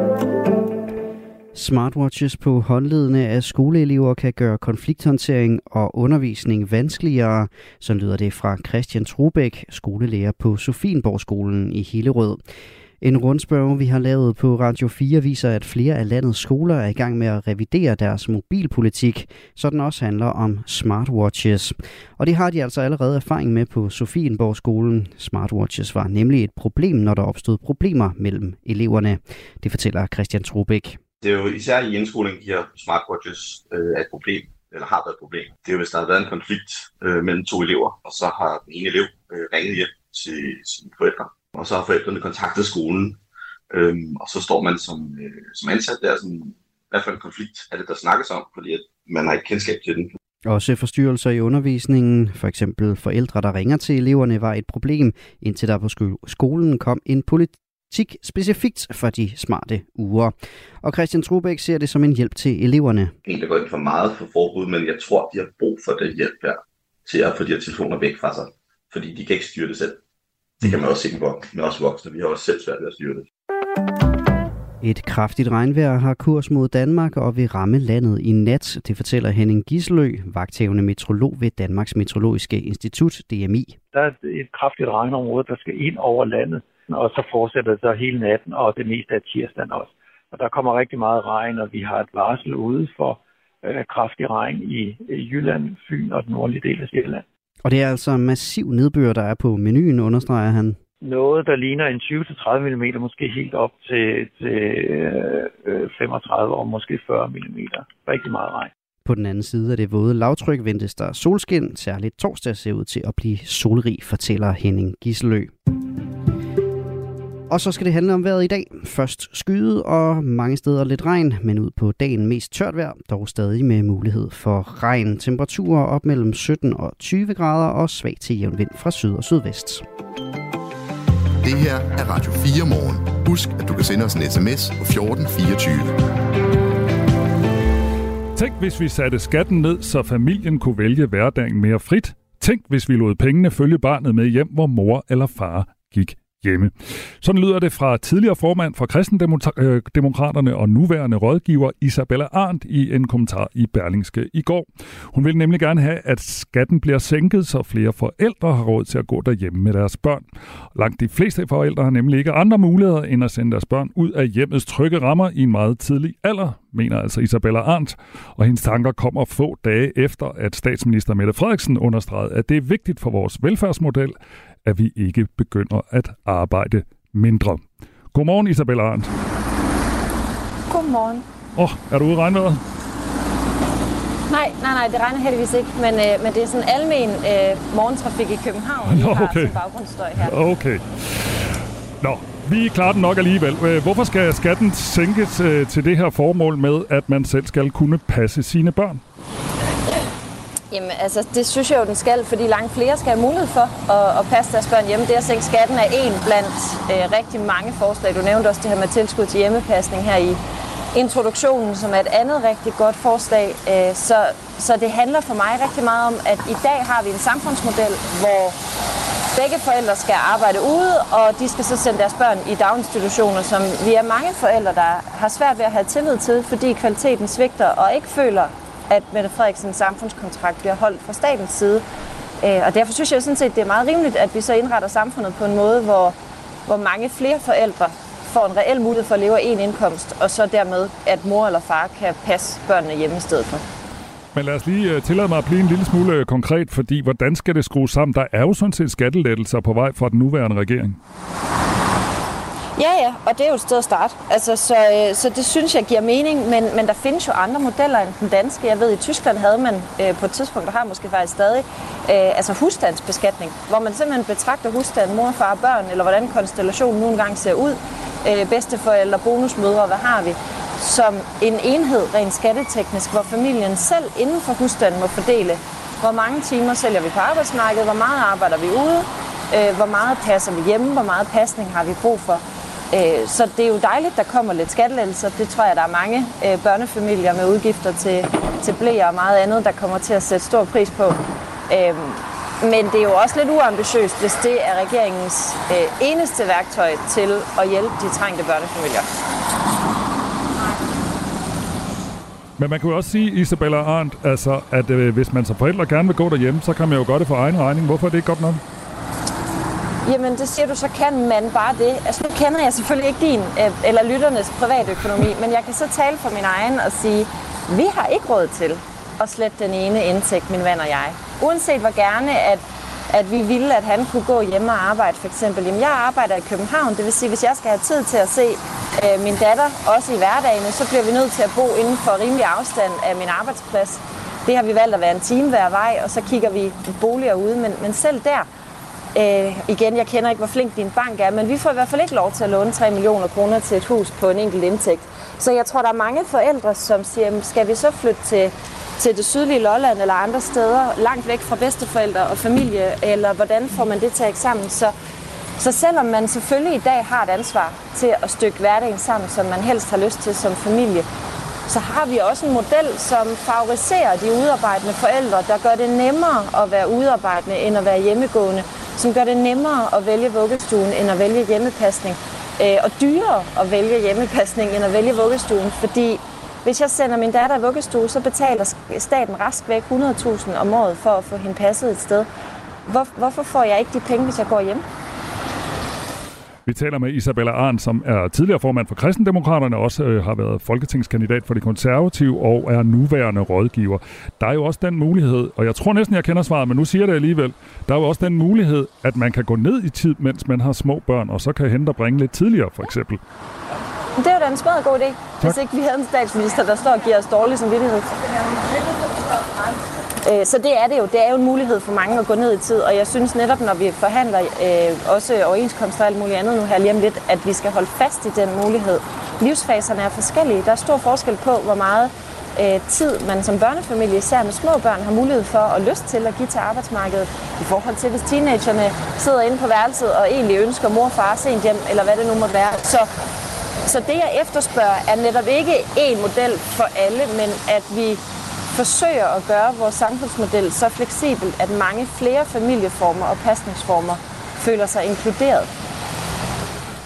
Smartwatches på håndledene af skoleelever kan gøre konflikthåndtering og undervisning vanskeligere, så lyder det fra Christian Trubæk, skolelærer på Sofienborgskolen i Hillerød. En rundspørge, vi har lavet på Radio fire, viser, at flere af landets skoler er i gang med at revidere deres mobilpolitik, så den også handler om smartwatches. Og det har de altså allerede erfaring med på Sofienborgskolen. Smartwatches var nemlig et problem, når der opstod problemer mellem eleverne. Det fortæller Christian Trubæk. Det er jo især i indskolingen, de her smartwatches øh, er et problem, eller har været et problem. Det er jo, hvis der har været en konflikt øh, mellem to elever, og så har den ene elev øh, ringet hjem til sine forældre. Og så har forældrene kontaktet skolen, øhm, og så står man som, øh, som ansat der, sådan, hvad for en konflikt er det, der snakkes om, fordi at man har ikke kendskab til den. Også forstyrrelser i undervisningen, for eksempel forældre, der ringer til eleverne, var et problem, indtil der på skolen kom en politik specifikt for de smarte uger. Og Christian Trubæk ser det som en hjælp til eleverne. En, der går ikke for meget for forbud, men jeg tror, de har brug for den hjælp her, til at få de her telefoner væk fra sig, fordi de kan ikke styre det selv. Det kan man også se med os voksne. Vi har også selv svært ved at styre det. Et kraftigt regnvejr har kurs mod Danmark og vil ramme landet i nat. Det fortæller Henning Gisselø, vagthavende meteorolog ved Danmarks Meteorologiske Institut, D M I. Der er et kraftigt regnområde, der skal ind over landet, og så fortsætter det så hele natten og det meste af tirsdagen også. Og der kommer rigtig meget regn, og vi har et varsel ude for øh, kraftig regn i, i Jylland, Fyn og den nordlige del af Sjælland. Og det er altså massiv nedbør, der er på menuen, understreger han. Noget, der ligner en tyve til tredive millimeter, måske helt op til, til øh, femogtredive og måske fyrre millimeter. Rigtig meget regn. På den anden side af det våde lavtryk ventes der solskin. Særligt torsdag ser ud til at blive solrig, fortæller Henning Gisselø. Og så skal det handle om vejret i dag. Først skyde og mange steder lidt regn, men ud på dagen mest tørt vejr, dog stadig med mulighed for regn. Temperaturer op mellem sytten og tyve grader og svag til jævn vind fra syd og sydvest. Det her er Radio fire morgen. Husk, at du kan sende os en sms på fjorten fireogtyve. Tænk, hvis vi satte skatten ned, så familien kunne vælge hverdagen mere frit. Tænk, hvis vi lod pengene følge barnet med hjem, hvor mor eller far gik hjemme. Sådan lyder det fra tidligere formand for Kristendemokraterne og nuværende rådgiver Isabella Arendt i en kommentar i Berlingske i går. Hun vil nemlig gerne have, at skatten bliver sænket, så flere forældre har råd til at gå derhjemme med deres børn. Langt de fleste forældre har nemlig ikke andre muligheder end at sende deres børn ud af hjemmets trygge rammer i en meget tidlig alder, mener altså Isabella Arendt, og hendes tanker kommer få dage efter, at statsminister Mette Frederiksen understregede, at det er vigtigt for vores velfærdsmodel, at vi ikke begynder at arbejde mindre. Godmorgen, Isabella Arendt. Godmorgen. Åh, oh, er du ude i regnvejret? Nej, nej, nej, det regner heldigvis ikke, men, øh, men det er sådan almen øh, morgentrafik i København, vi Nå, har okay. som baggrundsstøj her. Okay. Nå, vi klarer den nok alligevel. Hvorfor skal skatten sænkes øh, til det her formål med, at man selv skal kunne passe sine børn? Jamen, altså, det synes jeg jo, den skal, fordi langt flere skal have mulighed for at, at passe deres børn hjemme. Det at sænke skatten er en blandt øh, rigtig mange forslag. Du nævnte også det her med tilskud til hjemmepasning her i introduktionen, som er et andet rigtig godt forslag. Øh, så, så det handler for mig rigtig meget om, at i dag har vi en samfundsmodel, hvor begge forældre skal arbejde ude, og de skal så sende deres børn i daginstitutioner, som vi er mange forældre, der har svært ved at have tillid til, fordi kvaliteten svigter og ikke føler, at Mette Frederiksens samfundskontrakt bliver holdt fra statens side. Og derfor synes jeg sådan set, det er meget rimeligt, at vi så indretter samfundet på en måde, hvor, hvor mange flere forældre får en reel mulighed for at leve af en indkomst, og så dermed, at mor eller far kan passe børnene hjemme i stedet for. Men lad os lige tillade mig at blive en lille smule konkret, fordi hvordan skal det skrues sammen? Der er jo sådan set skattelettelser på vej fra den nuværende regering. Ja, ja, og det er jo et sted at starte. Altså, så, så det synes jeg giver mening, men, men der findes jo andre modeller end den danske. Jeg ved, i Tyskland havde man øh, på et tidspunkt, der har måske faktisk stadig, øh, altså husstandsbeskatning, hvor man simpelthen betragter husstanden, mor, far og børn, eller hvordan konstellationen nu engang ser ud, øh, bedsteforældre, bonusmødre, hvad har vi, som en enhed rent skatteteknisk, hvor familien selv inden for husstanden må fordele, hvor mange timer sælger vi på arbejdsmarkedet, hvor meget arbejder vi ude, øh, hvor meget passer vi hjemme, hvor meget pasning har vi brug for. Så det er jo dejligt, der kommer lidt skattelettelser. Det tror jeg, der er mange øh, børnefamilier med udgifter til, til bleer og meget andet, der kommer til at sætte stor pris på. Øhm, men det er jo også lidt uambitiøst, hvis det er regeringens øh, eneste værktøj til at hjælpe de trængte børnefamilier. Men man kan jo også sige, Isabella Arendt, altså, at øh, hvis man som forældre gerne vil gå derhjemme, så kan man jo gøre det for egen regning. Hvorfor er det ikke godt nok? Jamen, det siger du, så kan man bare det. Altså, nu kender jeg selvfølgelig ikke din øh, eller lytternes privatøkonomi, men jeg kan så tale for min egen og sige, vi har ikke råd til at slette den ene indtægt, min ven og jeg. Uanset hvor gerne, at, at vi ville, at han kunne gå hjemme og arbejde, for eksempel. Jamen, jeg arbejder i København, det vil sige, hvis jeg skal have tid til at se øh, min datter, også i hverdagen, så bliver vi nødt til at bo inden for rimelig afstand af min arbejdsplads. Det har vi valgt at være en time hver vej, og så kigger vi boliger ude, men, men selv der, Øh, igen, jeg kender ikke, hvor flink din bank er, men vi får i hvert fald ikke lov til at låne tre millioner kroner til et hus på en enkelt indtægt. Så jeg tror, der er mange forældre, som siger, skal vi så flytte til, til det sydlige Lolland eller andre steder, langt væk fra bedsteforældre og familie, eller hvordan får man det til at sammen? Så, så selvom man selvfølgelig i dag har et ansvar til at stykke hverdagen sammen, som man helst har lyst til som familie, så har vi også en model, som favoriserer de udarbejdende forældre, der gør det nemmere at være udarbejdende end at være hjemmegående, som gør det nemmere at vælge vuggestuen end at vælge hjemmepasning, øh, og dyrere at vælge hjemmepasning end at vælge vuggestuen, fordi hvis jeg sender min datter i vuggestue, så betaler staten rask væk hundrede tusind om året for at få hende passet et sted. Hvor, hvorfor får jeg ikke de penge, hvis jeg går hjem? Vi taler med Isabella Arendt, som er tidligere formand for Kristendemokraterne, også øh, har været folketingskandidat for De Konservative og er nuværende rådgiver. Der er jo også den mulighed, og jeg tror næsten, jeg kender svaret, men nu siger jeg det alligevel, der er jo også den mulighed, at man kan gå ned i tid, mens man har små børn, og så kan hente og bringe lidt tidligere, for eksempel. Det er jo da en smadret god idé, hvis ikke vi havde en statsminister, der står og giver os dårlig samvittighed. Så det er det jo. Det er jo en mulighed for mange at gå ned i tid, og jeg synes netop, når vi forhandler øh, også overenskomster og alt muligt andet nu her lige om lidt, at vi skal holde fast i den mulighed. Livsfaserne er forskellige. Der er stor forskel på, hvor meget øh, tid man som børnefamilie, især med små børn, har mulighed for og lyst til at give til arbejdsmarkedet. I forhold til, hvis teenagerne sidder inde på værelset og egentlig ønsker mor og far sent hjem, eller hvad det nu måtte være. Så, så det, jeg efterspørger, er netop ikke én model for alle, men at vi forsøger at gøre vores samfundsmodel så fleksibel, at mange flere familieformer og pasningsformer føler sig inkluderet.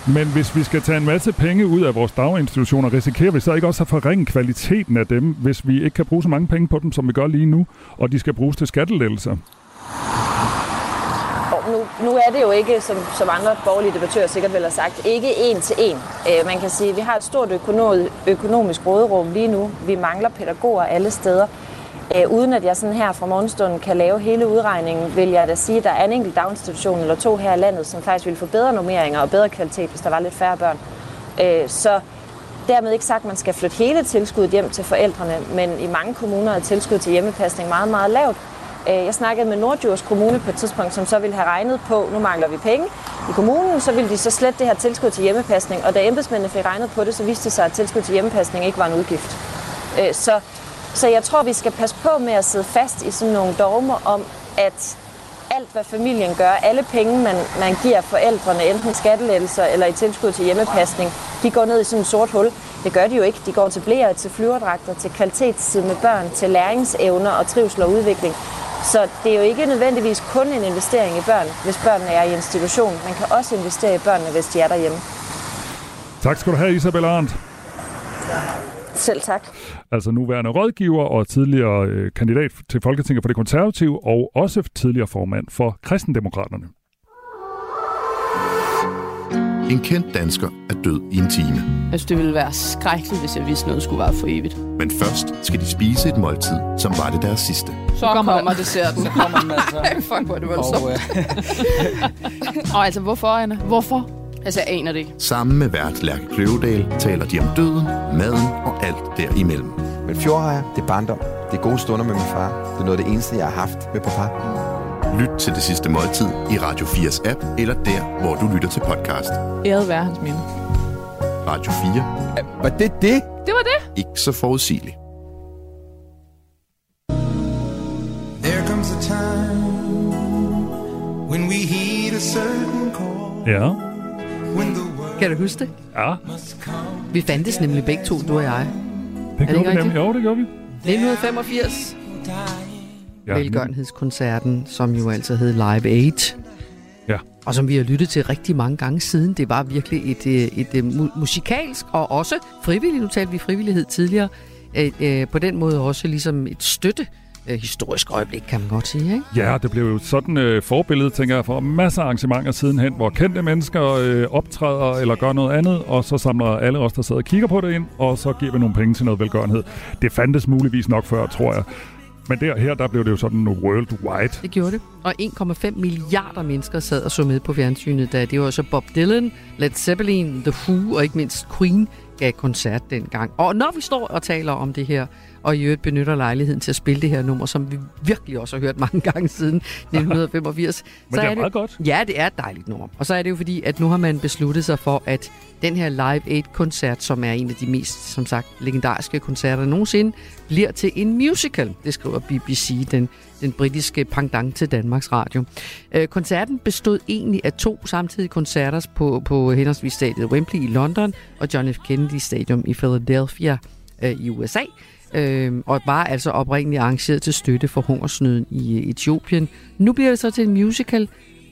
Men hvis vi skal tage en masse penge ud af vores daginstitutioner, risikerer vi så ikke også at forringe kvaliteten af dem, hvis vi ikke kan bruge så mange penge på dem, som vi gør lige nu, og de skal bruges til skattelettelser? Nu, nu er det jo ikke, som, som andre borgerlige debattører sikkert vil have sagt, ikke en til en. Øh, man kan sige, at vi har et stort økono- økonomisk råderum lige nu. Vi mangler pædagoger alle steder. Øh, uden at jeg sådan her fra morgenstunden kan lave hele udregningen, vil jeg da sige, at der er en enkelt daginstitution eller to her i landet, som faktisk vil få bedre normeringer og bedre kvalitet, hvis der var lidt færre børn. Øh, så dermed ikke sagt, at man skal flytte hele tilskuddet hjem til forældrene, men i mange kommuner er tilskuddet til hjemmepasning meget, meget lavt. Jeg snakkede med Norddjurs Kommune på et tidspunkt, som så ville have regnet på, nu mangler vi penge i kommunen, så ville de så slette det her tilskud til hjemmepasning, og da embedsmændene fik regnet på det, så viste det sig, at tilskud til hjemmepasning ikke var en udgift. Så, så jeg tror, vi skal passe på med at sidde fast i sådan nogle dogmer om, at alt, hvad familien gør, alle penge, man, man giver forældrene, enten skattelettelser eller i tilskud til hjemmepasning, de går ned i sådan et sort hul. Det gør de jo ikke. De går til bleer, til flyverdragter, til kvalitetstid med børn, til læringsevner og trivsel og udvikling. Så det er jo ikke nødvendigvis kun en investering i børn, hvis børnene er i institution. Man kan også investere i børnene, hvis de er derhjemme. Tak skal du have, Isabella Arendt. Selv tak. Altså nuværende rådgiver og tidligere øh, kandidat til Folketinget for Det Konservative, og også tidligere formand for Kristendemokraterne. En kendt dansker er død i en time. Jeg synes, det ville være skrækkeligt, hvis jeg vidste, noget skulle være for evigt. Men først skal de spise et måltid, som var det deres sidste. Så kommer, kommer desserten. Så kommer den altså. Fuck, hvor er det voldsomt. Og, øh... og altså, hvorfor, Anna? Hvorfor? Altså, jeg aner det ikke. Sammen med vært Lærke Kløvedal taler de om døden, maden og alt derimellem. Men fjordrejer, det er barndom. Det er gode stunder med min far. Det er noget af det eneste, jeg har haft med papa. Lyt til Det Sidste Måltid i Radio fires app, eller der, hvor du lytter til podcast. Æret være hans minde. Radio fire. Var det det? Det var det. Ikke så forudsigeligt. There comes a time when we heed a certain call. Ja. Kan du huske det? Ja. Vi fandtes nemlig begge to, du og jeg. Det gjorde vi nemlig. Jo, det gjorde vi. nitten femogfirs. Ja, velgørenhedskoncerten, som jo altså hed Live Aid. Ja. Og som vi har lyttet til rigtig mange gange siden. Det var virkelig et, et, et mu- musikalsk og også frivilligt. Nu talte vi frivillighed tidligere. Øh, øh, på den måde også ligesom et støtte øh, historisk øjeblik, kan man godt sige, ikke? Ja, det blev jo sådan et øh, forbillede, tænker jeg, for masser af arrangementer sidenhen, hvor kendte mennesker øh, optræder eller gør noget andet, og så samler alle os, der sidder og kigger på det ind, og så giver vi nogle penge til noget velgørenhed. Det fandtes muligvis nok før, tror jeg. Men der, her der blev det jo sådan worldwide. Det gjorde det. Og en komma fem milliarder mennesker sad og så med på fjernsynet, da det var så Bob Dylan, Led Zeppelin, The Who og ikke mindst Queen gav koncert dengang. Og når vi står og taler om det her, og i øvrigt benytter lejligheden til at spille det her nummer, som vi virkelig også har hørt mange gange siden nitten femogfirs. Men så det er, er meget det, godt. Ja, det er et dejligt nummer. Og så er det jo fordi, at nu har man besluttet sig for, at den her Live Aid-koncert, som er en af de mest, som sagt, legendariske koncerter nogensinde, bliver til en musical. Det skriver B B C, den, den britiske pendant til Danmarks Radio. Øh, koncerten bestod egentlig af to samtidige koncerter på, på henholdsvis stadiet Wembley i London og John F. Kennedy Stadium i Philadelphia øh, i U S A. Øh, og var altså oprindeligt arrangeret til støtte for hungersnøden i Etiopien. Nu bliver det så til en musical,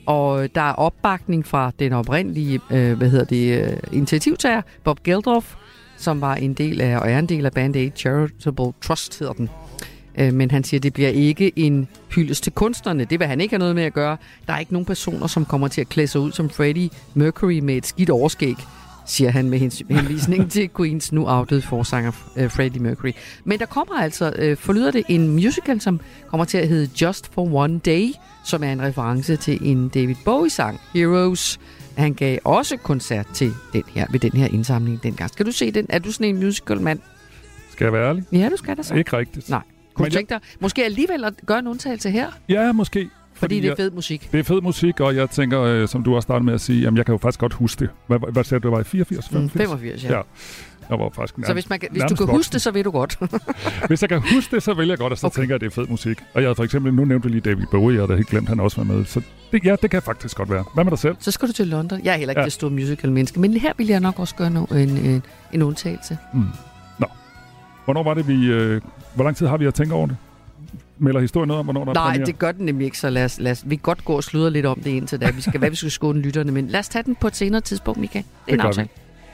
og der er opbakning fra den oprindelige øh, hvad hedder det, øh, initiativtager, Bob Geldof, som var en del af, og er en del af Band Aid Charitable Trust, hedder den. Øh, men han siger, at det bliver ikke en hyldest til kunstnerne. Det vil han ikke have noget med at gøre. Der er ikke nogen personer, som kommer til at klæde sig ud som Freddie Mercury med et skidt overskæg, siger han med henvisning til Queens nu afdøde forsanger uh, Freddie Mercury. Men der kommer altså, uh, forlyder det, en musical, som kommer til at hedde Just for One Day, som er en reference til en David Bowie-sang, Heroes. Han gav også koncert til den her, ved den her indsamling dengang. Skal du se den? Er du sådan en musical-mand? Skal jeg være ærlig? Ja, du skal da så. Ikke rigtigt. Nej. Kunne du tænke dig måske alligevel at gøre en undtagelse her? Ja, måske. Fordi, fordi det er fed musik. Det er fed musik, og jeg tænker, øh, som du også startede med at sige, jamen jeg kan jo faktisk godt huske det. Hvad, hvad sagde du, det var i fireogfirs? femogfirs? femogfirs, ja. ja. Jeg var faktisk nærmest, så hvis, man kan, hvis du kan voksen. huske det, så ved du godt. Hvis jeg kan huske det, så vil jeg godt, og så okay. tænker jeg, at det er fed musik. Og jeg havde for eksempel, nu nævnte lige David Bowie, jeg havde helt glemt, han også var med. Så det, ja, det kan faktisk godt være. Hvad med dig selv? Så skal du til London. Jeg er heller ikke ja. det store musical-menneske, men her vil jeg nok også gøre no, en, en, en undtagelse. Mm. Nå. Hvornår var det, vi... Øh, hvor lang tid har vi at tænke over det? melder historien noget om, hvornår der Nej, er premiere? Nej, det gør den nemlig ikke, så lad os, lad os, vi kan godt gå og sludre lidt om det indtil da. Vi skal, hvad vi skal skåne lytterne, men lad os tage den på et senere tidspunkt, Michael. Det er en aftale.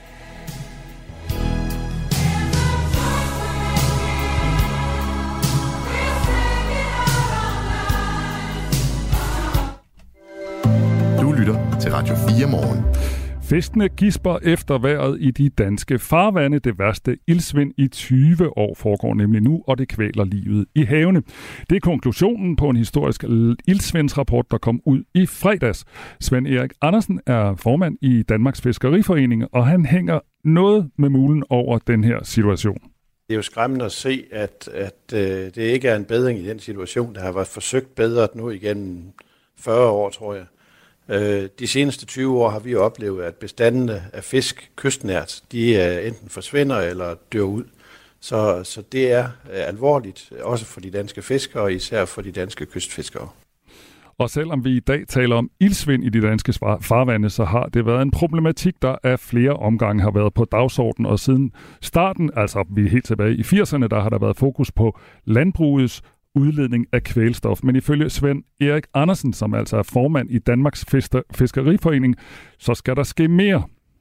Du lytter til Radio fire Morgen. Fiskene gisper efter vejret i de danske farvande. Det værste ildsvind i tyve år foregår nemlig nu, og det kvæler livet i havene. Det er konklusionen på en historisk ildsvindsrapport, der kom ud i fredags. Svend Erik Andersen er formand i Danmarks Fiskeriforening, og han hænger noget med mulen over den her situation. Det er jo skræmmende at se, at, at øh, det ikke er en bedring i den situation, der har været forsøgt bedret nu igennem fyrre år, tror jeg. De seneste tyve år har vi oplevet, at bestandene af fisk kystnært, de enten forsvinder eller dør ud. Så, så det er alvorligt, også for de danske fiskere, og især for de danske kystfiskere. Og selvom vi i dag taler om ildsvind i de danske farvande, så har det været en problematik, der af flere omgange har været på dagsordenen. Og siden starten, altså vi er helt tilbage i firserne, der har der været fokus på landbrugets udledning af kvælstof. Men ifølge Svend Erik Andersen, som altså er formand i Danmarks Fiskeriforening, så skal der ske mere.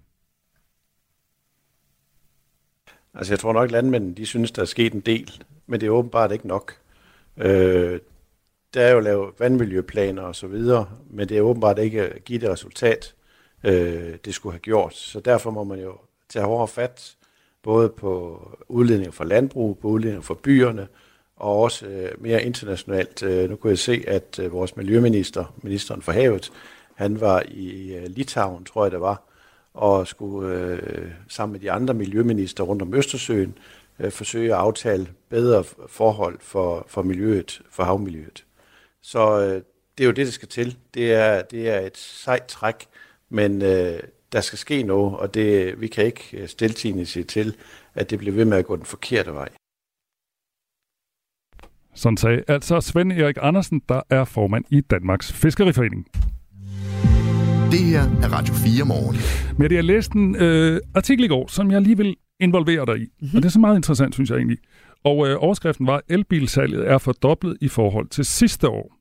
Altså jeg tror nok, at landmændene de synes, der er sket en del, men det er åbenbart ikke nok. Øh, der er jo lavet vandmiljøplaner og så videre, men det er åbenbart ikke at give det resultat, øh, det skulle have gjort. Så derfor må man jo tage hårdere fat, både på udledninger fra landbrug, på udledninger fra byerne, og også øh, mere internationalt. Øh, nu kunne jeg se, at øh, vores miljøminister, ministeren for havet, han var i øh, Litauen, tror jeg det var, og skulle øh, sammen med de andre miljøminister rundt om Østersøen øh, forsøge at aftale bedre forhold for, for miljøet, for havmiljøet. Så øh, det er jo det, der skal til. Det er, det er et sejt træk, men øh, der skal ske noget, og det, vi kan ikke stiltiende sige til, at det bliver ved med at gå den forkerte vej. Sådan sagde altså Svend Erik Andersen, der er formand i Danmarks Fiskeriforening. Det her er Radio fire Morgen. Men jeg læste en øh, artikel i går, som jeg lige vil involvere dig i. Mm-hmm. Og det er så meget interessant, synes jeg egentlig. Og øh, overskriften var, at elbilsalget er fordoblet i forhold til sidste år.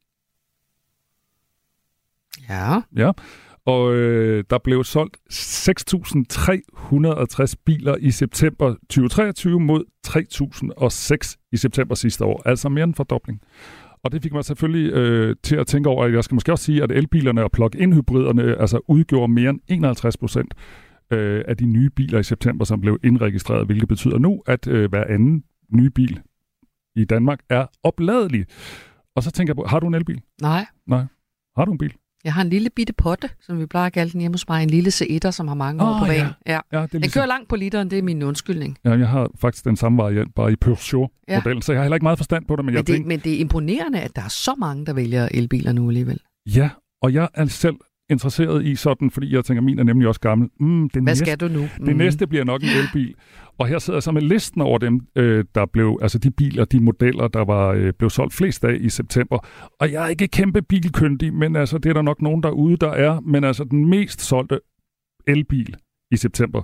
Ja. Ja. Og øh, der blev solgt seks tusind tre hundrede og tres biler i september tyve treogtyve mod tre tusind og seks i september sidste år. Altså mere end en fordobling. Og det fik mig selvfølgelig øh, til at tænke over, at jeg skal måske også sige, at elbilerne og plug-in-hybriderne altså udgjorde mere end enoghalvtreds procent øh, af de nye biler i september, som blev indregistreret, hvilket betyder nu, at øh, hver anden nye bil i Danmark er opladelig. Og så tænker jeg på, har du en elbil? Nej. Nej. Har du en bil? Jeg har en lille bitte potte, som vi plejer at kalde den hjemme hos mig. En lille C et'er, som har mange oh, år på banen. Ja. Ja. Ja, ligesom... Jeg kører langt på literen, det er min undskyldning. Ja, jeg har faktisk den samme variant, bare i Peugeot-modellen, ja. Så jeg har heller ikke meget forstand på det. Men, men, jeg det, tænker... men det er imponerende, at der er så mange, der vælger elbiler nu alligevel. Ja, og jeg er selv interesseret i sådan, fordi jeg tænker, min er nemlig også gammel. Mm, det Hvad næste, skal du nu? Mm. Det næste bliver nok en elbil. Og her sidder jeg så med listen over dem, øh, der blev, altså de biler, de modeller, der var øh, blev solgt flest af i september. Og jeg er ikke kæmpe bilkyndig, men altså det er der nok nogen derude, der er. Men altså den mest solgte elbil i september,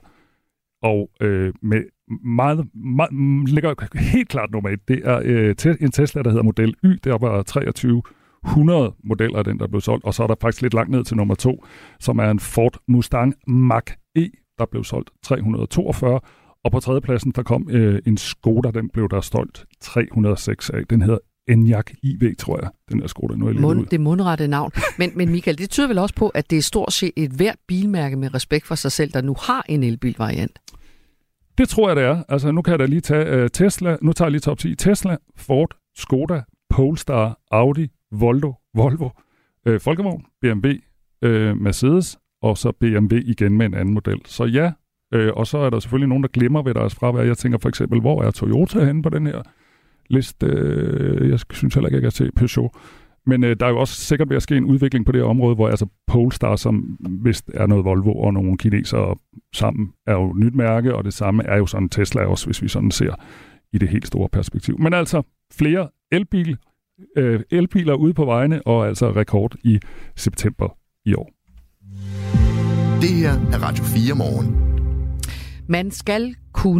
og øh, med meget, meget, ligger helt klart nummer et, det er øh, en Tesla, der hedder Model Y. Der var treogtyve hundrede modeller af den, der blev solgt. Og så er der faktisk lidt langt ned til nummer to, som er en Ford Mustang Mach-E, der blev solgt tre hundrede og toogfyrre. Og på tredjepladsen, der kom øh, en Skoda, den blev der stolt tre hundrede og seks af. Den hedder Enyaq I V, tror jeg. Den der Skoda, nu er jeg Mund, det er mundrette navn. Men, men Michael, det tyder vel også på, at det er stort set et hvert bilmærke med respekt for sig selv, der nu har en elbilvariant? Det tror jeg, det er. Altså, nu kan jeg da lige tage uh, Tesla. Nu tager jeg lige top ti. Tesla, Ford, Skoda, Polestar, Audi, Volvo, Volvo, øh, Folkevogn, B M W, øh, Mercedes, og så B M W igen med en anden model. Så ja, øh, og så er der selvfølgelig nogen, der glemmer ved deres fravær. Jeg tænker for eksempel, hvor er Toyota henne på den her liste? Øh, jeg synes heller ikke, jeg kan se Peugeot. Men øh, der er jo også sikkert ved at ske en udvikling på det her område, hvor altså Polestar, som vist er noget Volvo og nogle kinesere sammen, er jo nyt mærke, og det samme er jo sådan Tesla også, hvis vi sådan ser i det helt store perspektiv. Men altså flere elbil, øh, elbiler ude på vejene, og altså rekord i september i år. Det her er Radio fire Morgen. Man skal kunne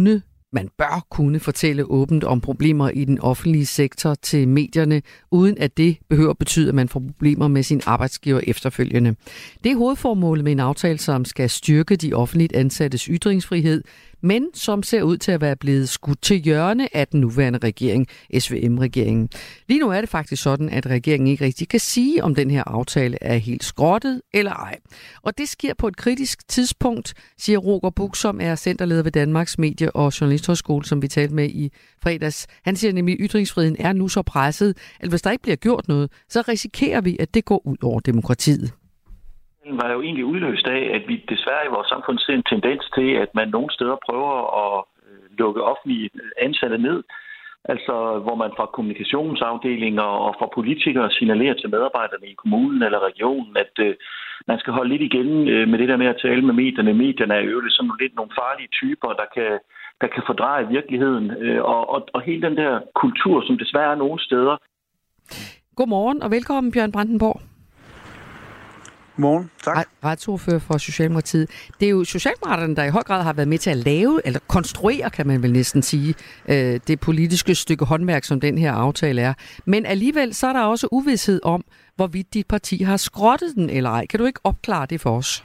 man bør kunne fortælle åbent om problemer i den offentlige sektor til medierne, uden at det behøver at betyde, at man får problemer med sin arbejdsgiver efterfølgende. Det er hovedformålet med en aftale, som skal styrke de offentligt ansattes ytringsfrihed, men som ser ud til at være blevet skudt til hjørne af den nuværende regering, S V M-regeringen. Lige nu er det faktisk sådan, at regeringen ikke rigtig kan sige, om den her aftale er helt skrottet eller ej. Og det sker på et kritisk tidspunkt, siger Roger Buch, som er centerleder ved Danmarks Medie- og Journalisthøjskole, som vi talte med i fredags. Han siger nemlig, at ytringsfriheden er nu så presset, at hvis der ikke bliver gjort noget, så risikerer vi, at det går ud over demokratiet. Den var jo egentlig udløst af, at vi desværre i vores samfund ser en tendens til, at man nogle steder prøver at lukke offentlige ansatte ned. Altså hvor man fra kommunikationsafdelinger og fra politikere signalerer til medarbejderne i kommunen eller regionen, at øh, man skal holde lidt igen øh, med det der med at tale med medierne. Medierne er jo sådan lidt nogle farlige typer, der kan, der kan fordreje virkeligheden. Øh, og, og, og hele den der kultur, som desværre er nogle steder. Godmorgen og velkommen, Bjørn Brandenborg. Morgen, tak. Retsordfører for Socialdemokratiet. Det er jo Socialdemokraterne, der i høj grad har været med til at lave, eller konstruere, kan man vel næsten sige, det politiske stykke håndværk, som den her aftale er. Men alligevel så er der også uvished om, hvorvidt dit parti har skrottet den eller ej. Kan du ikke opklare det for os?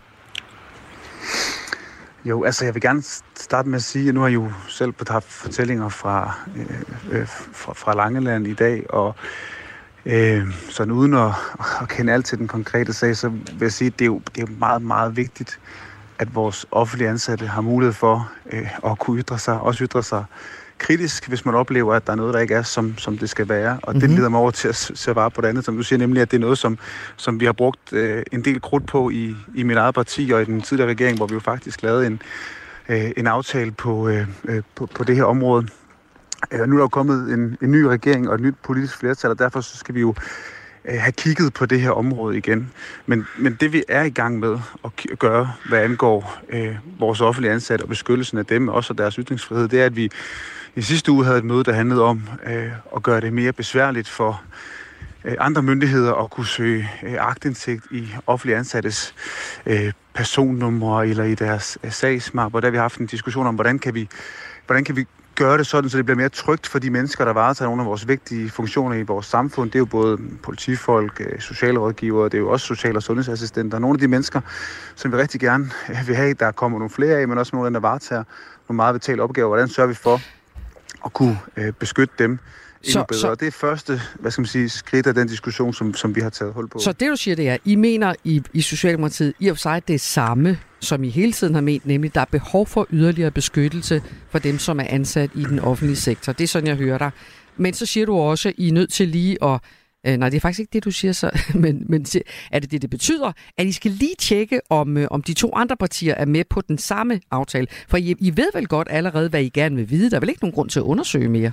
Jo, altså jeg vil gerne starte med at sige, at nu har jeg jo selv haft fortællinger fra, øh, fra, fra Langeland i dag, og Øh, sådan uden at, at kende alt til den konkrete sag, så vil jeg sige, at det er jo, det er meget, meget vigtigt, at vores offentlige ansatte har mulighed for øh, at kunne ytre sig, også ytre sig kritisk, hvis man oplever, at der er noget, der ikke er, som, som det skal være. Og mm-hmm. det leder mig over til at svare på det andet, som du siger, nemlig, at det er noget, som, som vi har brugt øh, en del krudt på i, i mit eget parti og i den tidligere regering, hvor vi jo faktisk lavede en, øh, en aftale på, øh, på, på det her område. Og nu er der jo kommet en, en ny regering og et nyt politisk flertal, og derfor så skal vi jo øh, have kigget på det her område igen. Men, men det vi er i gang med at k- gøre, hvad angår øh, vores offentlige ansatte og beskyttelsen af dem, også deres ytringsfrihed, det er, at vi i sidste uge havde et møde, der handlede om øh, at gøre det mere besværligt for øh, andre myndigheder at kunne søge øh, aktindsigt i offentlige ansattes øh, personnumre eller i deres øh, sagsmapper. Der har vi haft en diskussion om, hvordan kan vi, hvordan kan vi gøre det sådan, så det bliver mere trygt for de mennesker, der varetager nogle af vores vigtige funktioner i vores samfund. Det er jo både politifolk, socialrådgivere, det er jo også social- og sundhedsassistenter. Nogle af de mennesker, som vi rigtig gerne vil have, der kommer nogle flere af, men også nogle af dem, der varetager nogle meget vitale opgaver. Hvordan sørger vi for at kunne beskytte dem endnu bedre? Så, det er første, hvad skal man sige, skridt af den diskussion, som, som vi har taget hul på. Så det, du siger, det er, I mener i, i Socialdemokratiet i og for sig det samme, som I hele tiden har ment, nemlig der er behov for yderligere beskyttelse for dem, som er ansat i den offentlige sektor. Det er sådan, jeg hører dig. Men så siger du også, at I er nødt til lige at... Øh, nej, det er faktisk ikke det, du siger så. men, men er det det, det betyder? At I skal lige tjekke, om, øh, om de to andre partier er med på den samme aftale? For I, I ved vel godt allerede, hvad I gerne vil vide. Der er vel ikke nogen grund til at undersøge mere?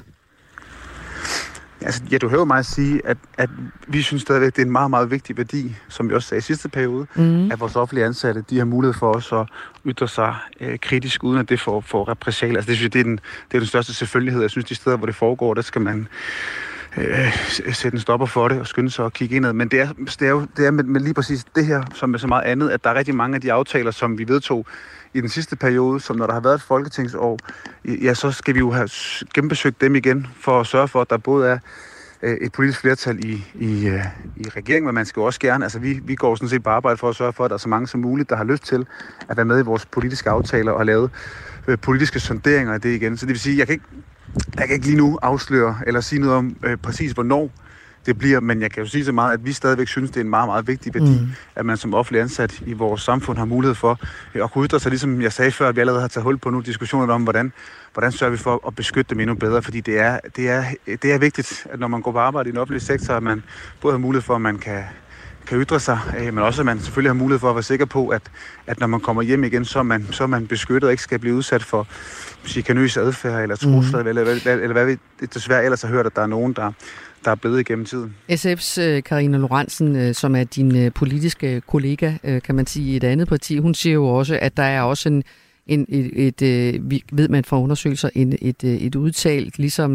Altså, ja, du hører mig at sige, at, at vi synes stadigvæk, det er en meget, meget vigtig værdi, som vi også sagde i sidste periode, mm. at vores offentlige ansatte, de har mulighed for os at ytre sig øh, kritisk, uden at det får, får repressalier. Altså, det synes jeg, det er, den, det er den største selvfølgelighed. Jeg synes, de steder, hvor det foregår, der skal man øh, sætte en stopper for det og skynde sig at kigge indad. Men det er, det er jo det er med, med lige præcis det her, som med så meget andet, at der er rigtig mange af de aftaler, som vi vedtog i den sidste periode, som når der har været et folketingsår, ja, så skal vi jo have genbesøgt dem igen, for at sørge for, at der både er et politisk flertal i, i, i regeringen, men man skal jo også gerne, altså vi, vi går sådan set på arbejde for at sørge for, at der er så mange som muligt, der har lyst til at være med i vores politiske aftaler og lave øh, politiske sonderinger af det igen. Så det vil sige, jeg kan ikke, jeg kan ikke lige nu afsløre eller sige noget om øh, præcis, hvornår det bliver, men jeg kan jo sige så meget, at vi stadigvæk synes, det er en meget, meget vigtig værdi, mm. at man som offentlig ansat i vores samfund har mulighed for at kunne ytre sig, ligesom jeg sagde før, at vi allerede har taget hul på nu diskussioner om, hvordan, hvordan sørger vi for at beskytte dem endnu bedre, fordi det er, det er, det er vigtigt, at når man går på arbejde i den offentlige sektor, at man både har mulighed for, at man kan, kan ytre sig, men også at man selvfølgelig har mulighed for at være sikker på, at, at når man kommer hjem igen, så er man, så er man beskyttet og ikke skal blive udsat for chikanøs adfærd eller trusler, mm. eller, eller, eller hvad vi desværre ellers har hørt, at der er nogen, der der er blevet igennem tiden. S F's Karina Lorentzen, som er din politiske kollega, kan man sige, i et andet parti, hun siger jo også, at der er også en, en, et, et, et, vi ved man fra undersøgelser, en, et, et udtalt, ligesom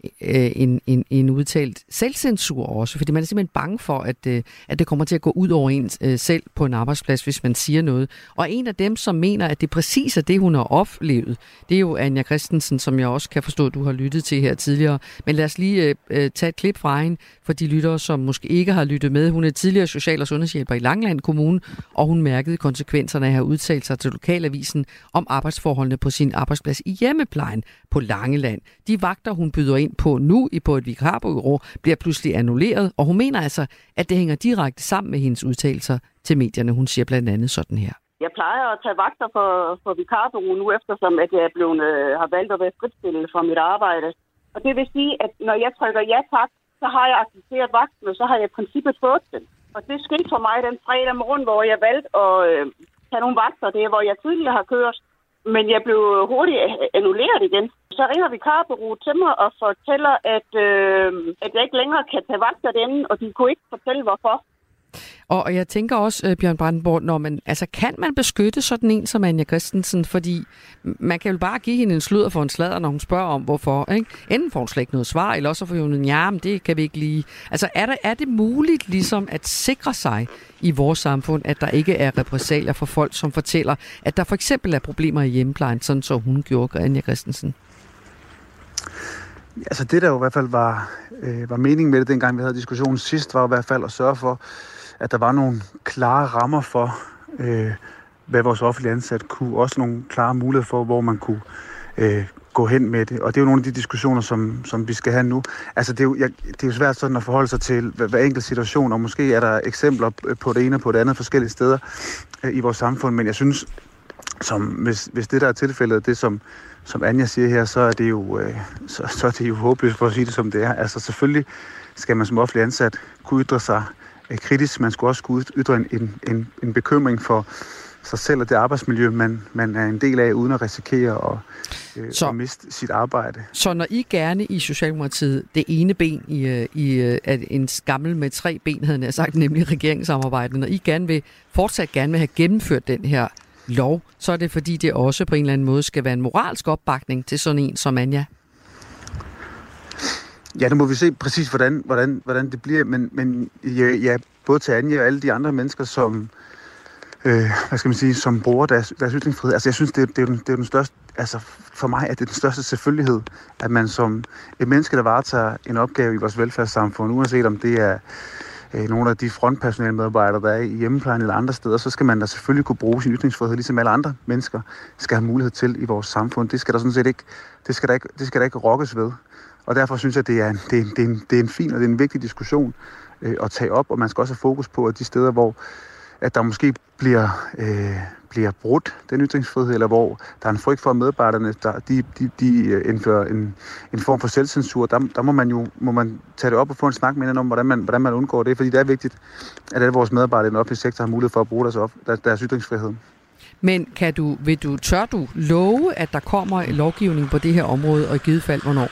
øh, en, en, en udtalt selvcensur også, fordi man er simpelthen bange for, at, øh, at det kommer til at gå ud over en øh, selv på en arbejdsplads, hvis man siger noget. Og en af dem, som mener, at det præcis er det, hun har oplevet, det er jo Anja Christensen, som jeg også kan forstå, du har lyttet til her tidligere. Men lad os lige øh, tage et klip fra hende for de lyttere, som måske ikke har lyttet med. Hun er tidligere social- og sundhedshjælper i Langeland Kommune, og hun mærkede konsekvenserne af at have udtalt sig til lokalavisen om arbejdsforholdene på sin arbejdsplads i hjemmeplejen på Langeland. De vagter, hun byder ind på nu i på et vikarbureau, bliver pludselig annulleret, og hun mener altså, at det hænger direkte sammen med hendes udtalelser til medierne. Hun siger blandt andet sådan her. Jeg plejer at tage vagter for, for vikarbureau nu, eftersom at jeg er blevet, øh, har valgt at være fritstillet fra mit arbejde. Og det vil sige, at når jeg trykker ja tak, så har jeg accepteret vagten, og så har jeg i princippet fået den. Og det skete for mig den fredag morgen, hvor jeg valgte at øh, tage nogle vagter. Det er, hvor jeg tidligere har kørt. Men jeg blev hurtigt annulleret igen. Så ringer vikarbureauet til mig og fortæller, at, øh, at jeg ikke længere kan tage vagter derinde, og de kunne ikke fortælle, hvorfor. Og jeg tænker også, Bjørn Brandenborg, når man, altså, kan man beskytte sådan en som Anja Christensen? Fordi man kan jo bare give hende en sludder for en sladder, når hun spørger om, hvorfor. Ikke? Enten får hun slet ikke noget svar, eller også får hun en ja, men det kan vi ikke lige. Altså, er, der, er det muligt ligesom at sikre sig i vores samfund, at der ikke er repressalier for folk, som fortæller, at der for eksempel er problemer i hjemmeplejen, sådan så hun gjorde, Anja Christensen? Altså det, der jo i hvert fald var, øh, var meningen med det, dengang vi havde diskussionen sidst, var i hvert fald at sørge for, at der var nogle klare rammer for, øh, hvad vores offentlige ansat kunne. Også nogle klare muligheder for, hvor man kunne øh, gå hen med det. Og det er jo nogle af de diskussioner, som, som vi skal have nu. Altså det er, jo, jeg, det er jo svært sådan at forholde sig til hver, hver enkelt situation, og måske er der eksempler på det ene og på det andet forskellige steder øh, i vores samfund. Men jeg synes, som, hvis, hvis det der er tilfældet, det som, som Anja siger her, så er det jo, øh, så, så er det jo håbløst for at sige det, som det er. Altså selvfølgelig skal man som offentlig ansat kunne ytre sig kritisk. Man skulle også kunne ytre en, en, en, en bekymring for sig selv og det arbejdsmiljø, man, man er en del af, uden at risikere at, øh, så, at miste sit arbejde. Så når I gerne i Socialdemokratiet, det ene ben i, i at en skammel med tre ben, havde jeg sagt, nemlig regeringssamarbejdet, når I gerne vil, fortsat gerne vil have gennemført den her lov, så er det fordi, det også på en eller anden måde skal være en moralsk opbakning til sådan en som Anja? Ja, nu må vi se præcis, hvordan, hvordan, hvordan det bliver, men, men ja, både til Anja og alle de andre mennesker, som, øh, hvad skal man sige, som bruger deres, deres ytringsfrihed. Altså, jeg synes, det, det, er den, det er den største, altså for mig er det den største selvfølgelighed, at man som et menneske, der varetager en opgave i vores velfærdssamfund, uanset om det er øh, nogle af de frontpersonalmedarbejdere, der er i hjemmeplejen eller andre steder, så skal man da selvfølgelig kunne bruge sin ytringsfrihed, ligesom alle andre mennesker skal have mulighed til i vores samfund. Det skal der sådan set ikke, det skal der ikke, det skal der ikke rokkes ved. Og derfor synes jeg, det er en, det er en, det er en, det er en fin og det er en vigtig diskussion øh, at tage op, og man skal også have fokus på, at de steder, hvor at der måske bliver, øh, bliver brudt den ytringsfrihed, eller hvor der er en frygt for, at medarbejderne der, de, de, de indfører en, en form for selvcensur, der, der må man jo må man tage det op og få en snak med hinanden om, hvordan man, hvordan man undgår det, fordi det er vigtigt, at alle vores medarbejdere i den offentlige sektor har mulighed for at bruge deres, op, deres, deres ytringsfrihed. Men kan du, vil du, tør du love, at der kommer lovgivning på det her område, og i givet fald, hvornår?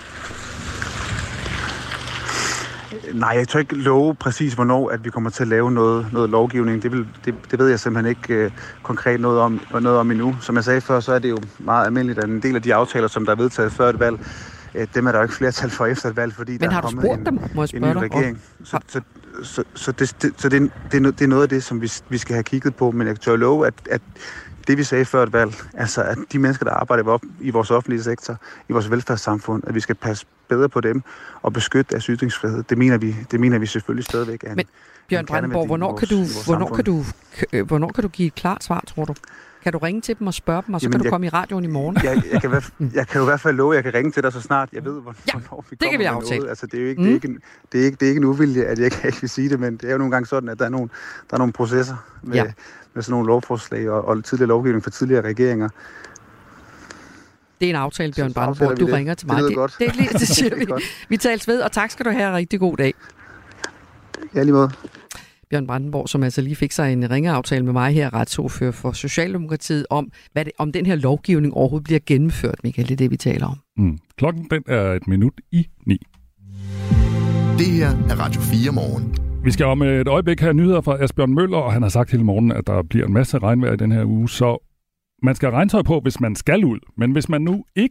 Nej, jeg tør ikke love præcis, hvornår at vi kommer til at lave noget, noget lovgivning. Det, vil, det, det ved jeg simpelthen ikke uh, konkret noget om, noget om endnu. Som jeg sagde før, så er det jo meget almindeligt, at en del af de aftaler, som der er vedtaget før et valg, uh, dem er der jo ikke flertal for efter et valg, fordi Men der har er kommet en, dem, en ny regering. Så, så, så, så, det, det, så det, det, det er noget af det, som vi, vi skal have kigget på, men jeg tør love, at, at det vi sagde før et valg, altså at de mennesker, der arbejder i vores offentlige sektor, i vores velfærdssamfund, at vi skal passe bedre på dem og beskytte deres ytringsfrihed, det mener vi, det mener vi selvfølgelig stadigvæk er en, Men Bjørn Brandenborg, hvornår kan du, hvornår kan du, hvornår kan du give et klart svar, tror du? Kan du ringe til dem og spørge dem, og så Jamen, kan du jeg, komme i radioen i morgen? Jeg, jeg, kan, jeg kan jo i hvert fald love, at jeg kan ringe til dig så snart jeg ved, hvornår ja, vi det kommer med noget. Altså, det er jo ikke, mm. det er ikke, en, det er ikke, det er ikke en uvilje, at jeg ikke, ikke vil sige det, men det er jo nogle gange sådan, at der er nogle, der er nogle processer med, ja. med sådan nogle lovforslag og, og tidligere lovgivning for tidligere regeringer. Det er en aftale, Bjørn Brandenborg. Du det. ringer til mig. Det, det, det, det, det siger vi. Vi tales ved, og tak skal du have. Rigtig god dag. Ja, lige måde. Bjørn Brandenborg, som altså lige fik sig en ringeaftale med mig her, retsordfører for Socialdemokratiet, om, hvad det, om den her lovgivning overhovedet bliver gennemført, Michael. Det er det, vi taler om. Mm. Klokken den er et minut i ni. Det her er Radio fire Morgen. Vi skal om et øjeblik have nyheder fra Asbjørn Møller, og han har sagt hele morgenen, at der bliver en masse regnvejr i den her uge, så man skal have regntøj på, hvis man skal ud. Men hvis man nu ikke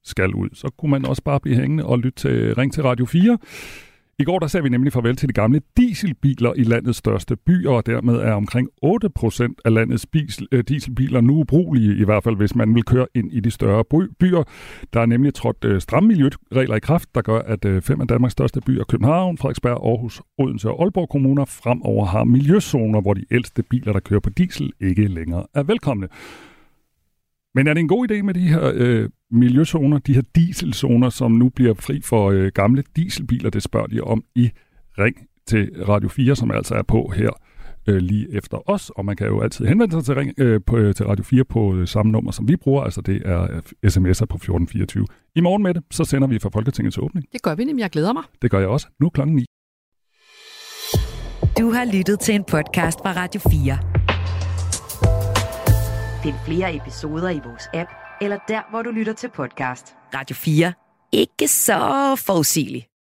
skal ud. Så kunne man også bare blive hængende og lytte til Ring til Radio fire. I går der sagde vi nemlig farvel til de gamle dieselbiler i landets største byer, og dermed er omkring otte procent af landets dieselbiler nu ubrugelige, i hvert fald hvis man vil køre ind i de større byer. Der er nemlig trådt stramme miljøregler i kraft, der gør, at fem af Danmarks største byer, København, Frederiksberg, Aarhus, Odense og Aalborg kommuner, fremover har miljøzoner, hvor de ældste biler, der kører på diesel, ikke længere er velkomne. Men er det en god idé med de her øh, miljøzoner, de her dieselzoner, som nu bliver fri for øh, gamle dieselbiler? Det spørger de om i Ring til Radio fire, som altså er på her øh, lige efter os. Og man kan jo altid henvende sig til, ring, øh, på, øh, til Radio fire på øh, samme nummer, som vi bruger. Altså det er øh, sms'er på fjorten fireogtyve. I morgen med det, så sender vi fra Folketingets åbning. Det gør vi nemlig. Jeg glæder mig. Det gør jeg også. Nu klokken ni. Du har lyttet til en podcast fra Radio fire. Find flere episoder i vores app, eller der, hvor du lytter til podcast. Radio fire. Ikke så forudsigeligt.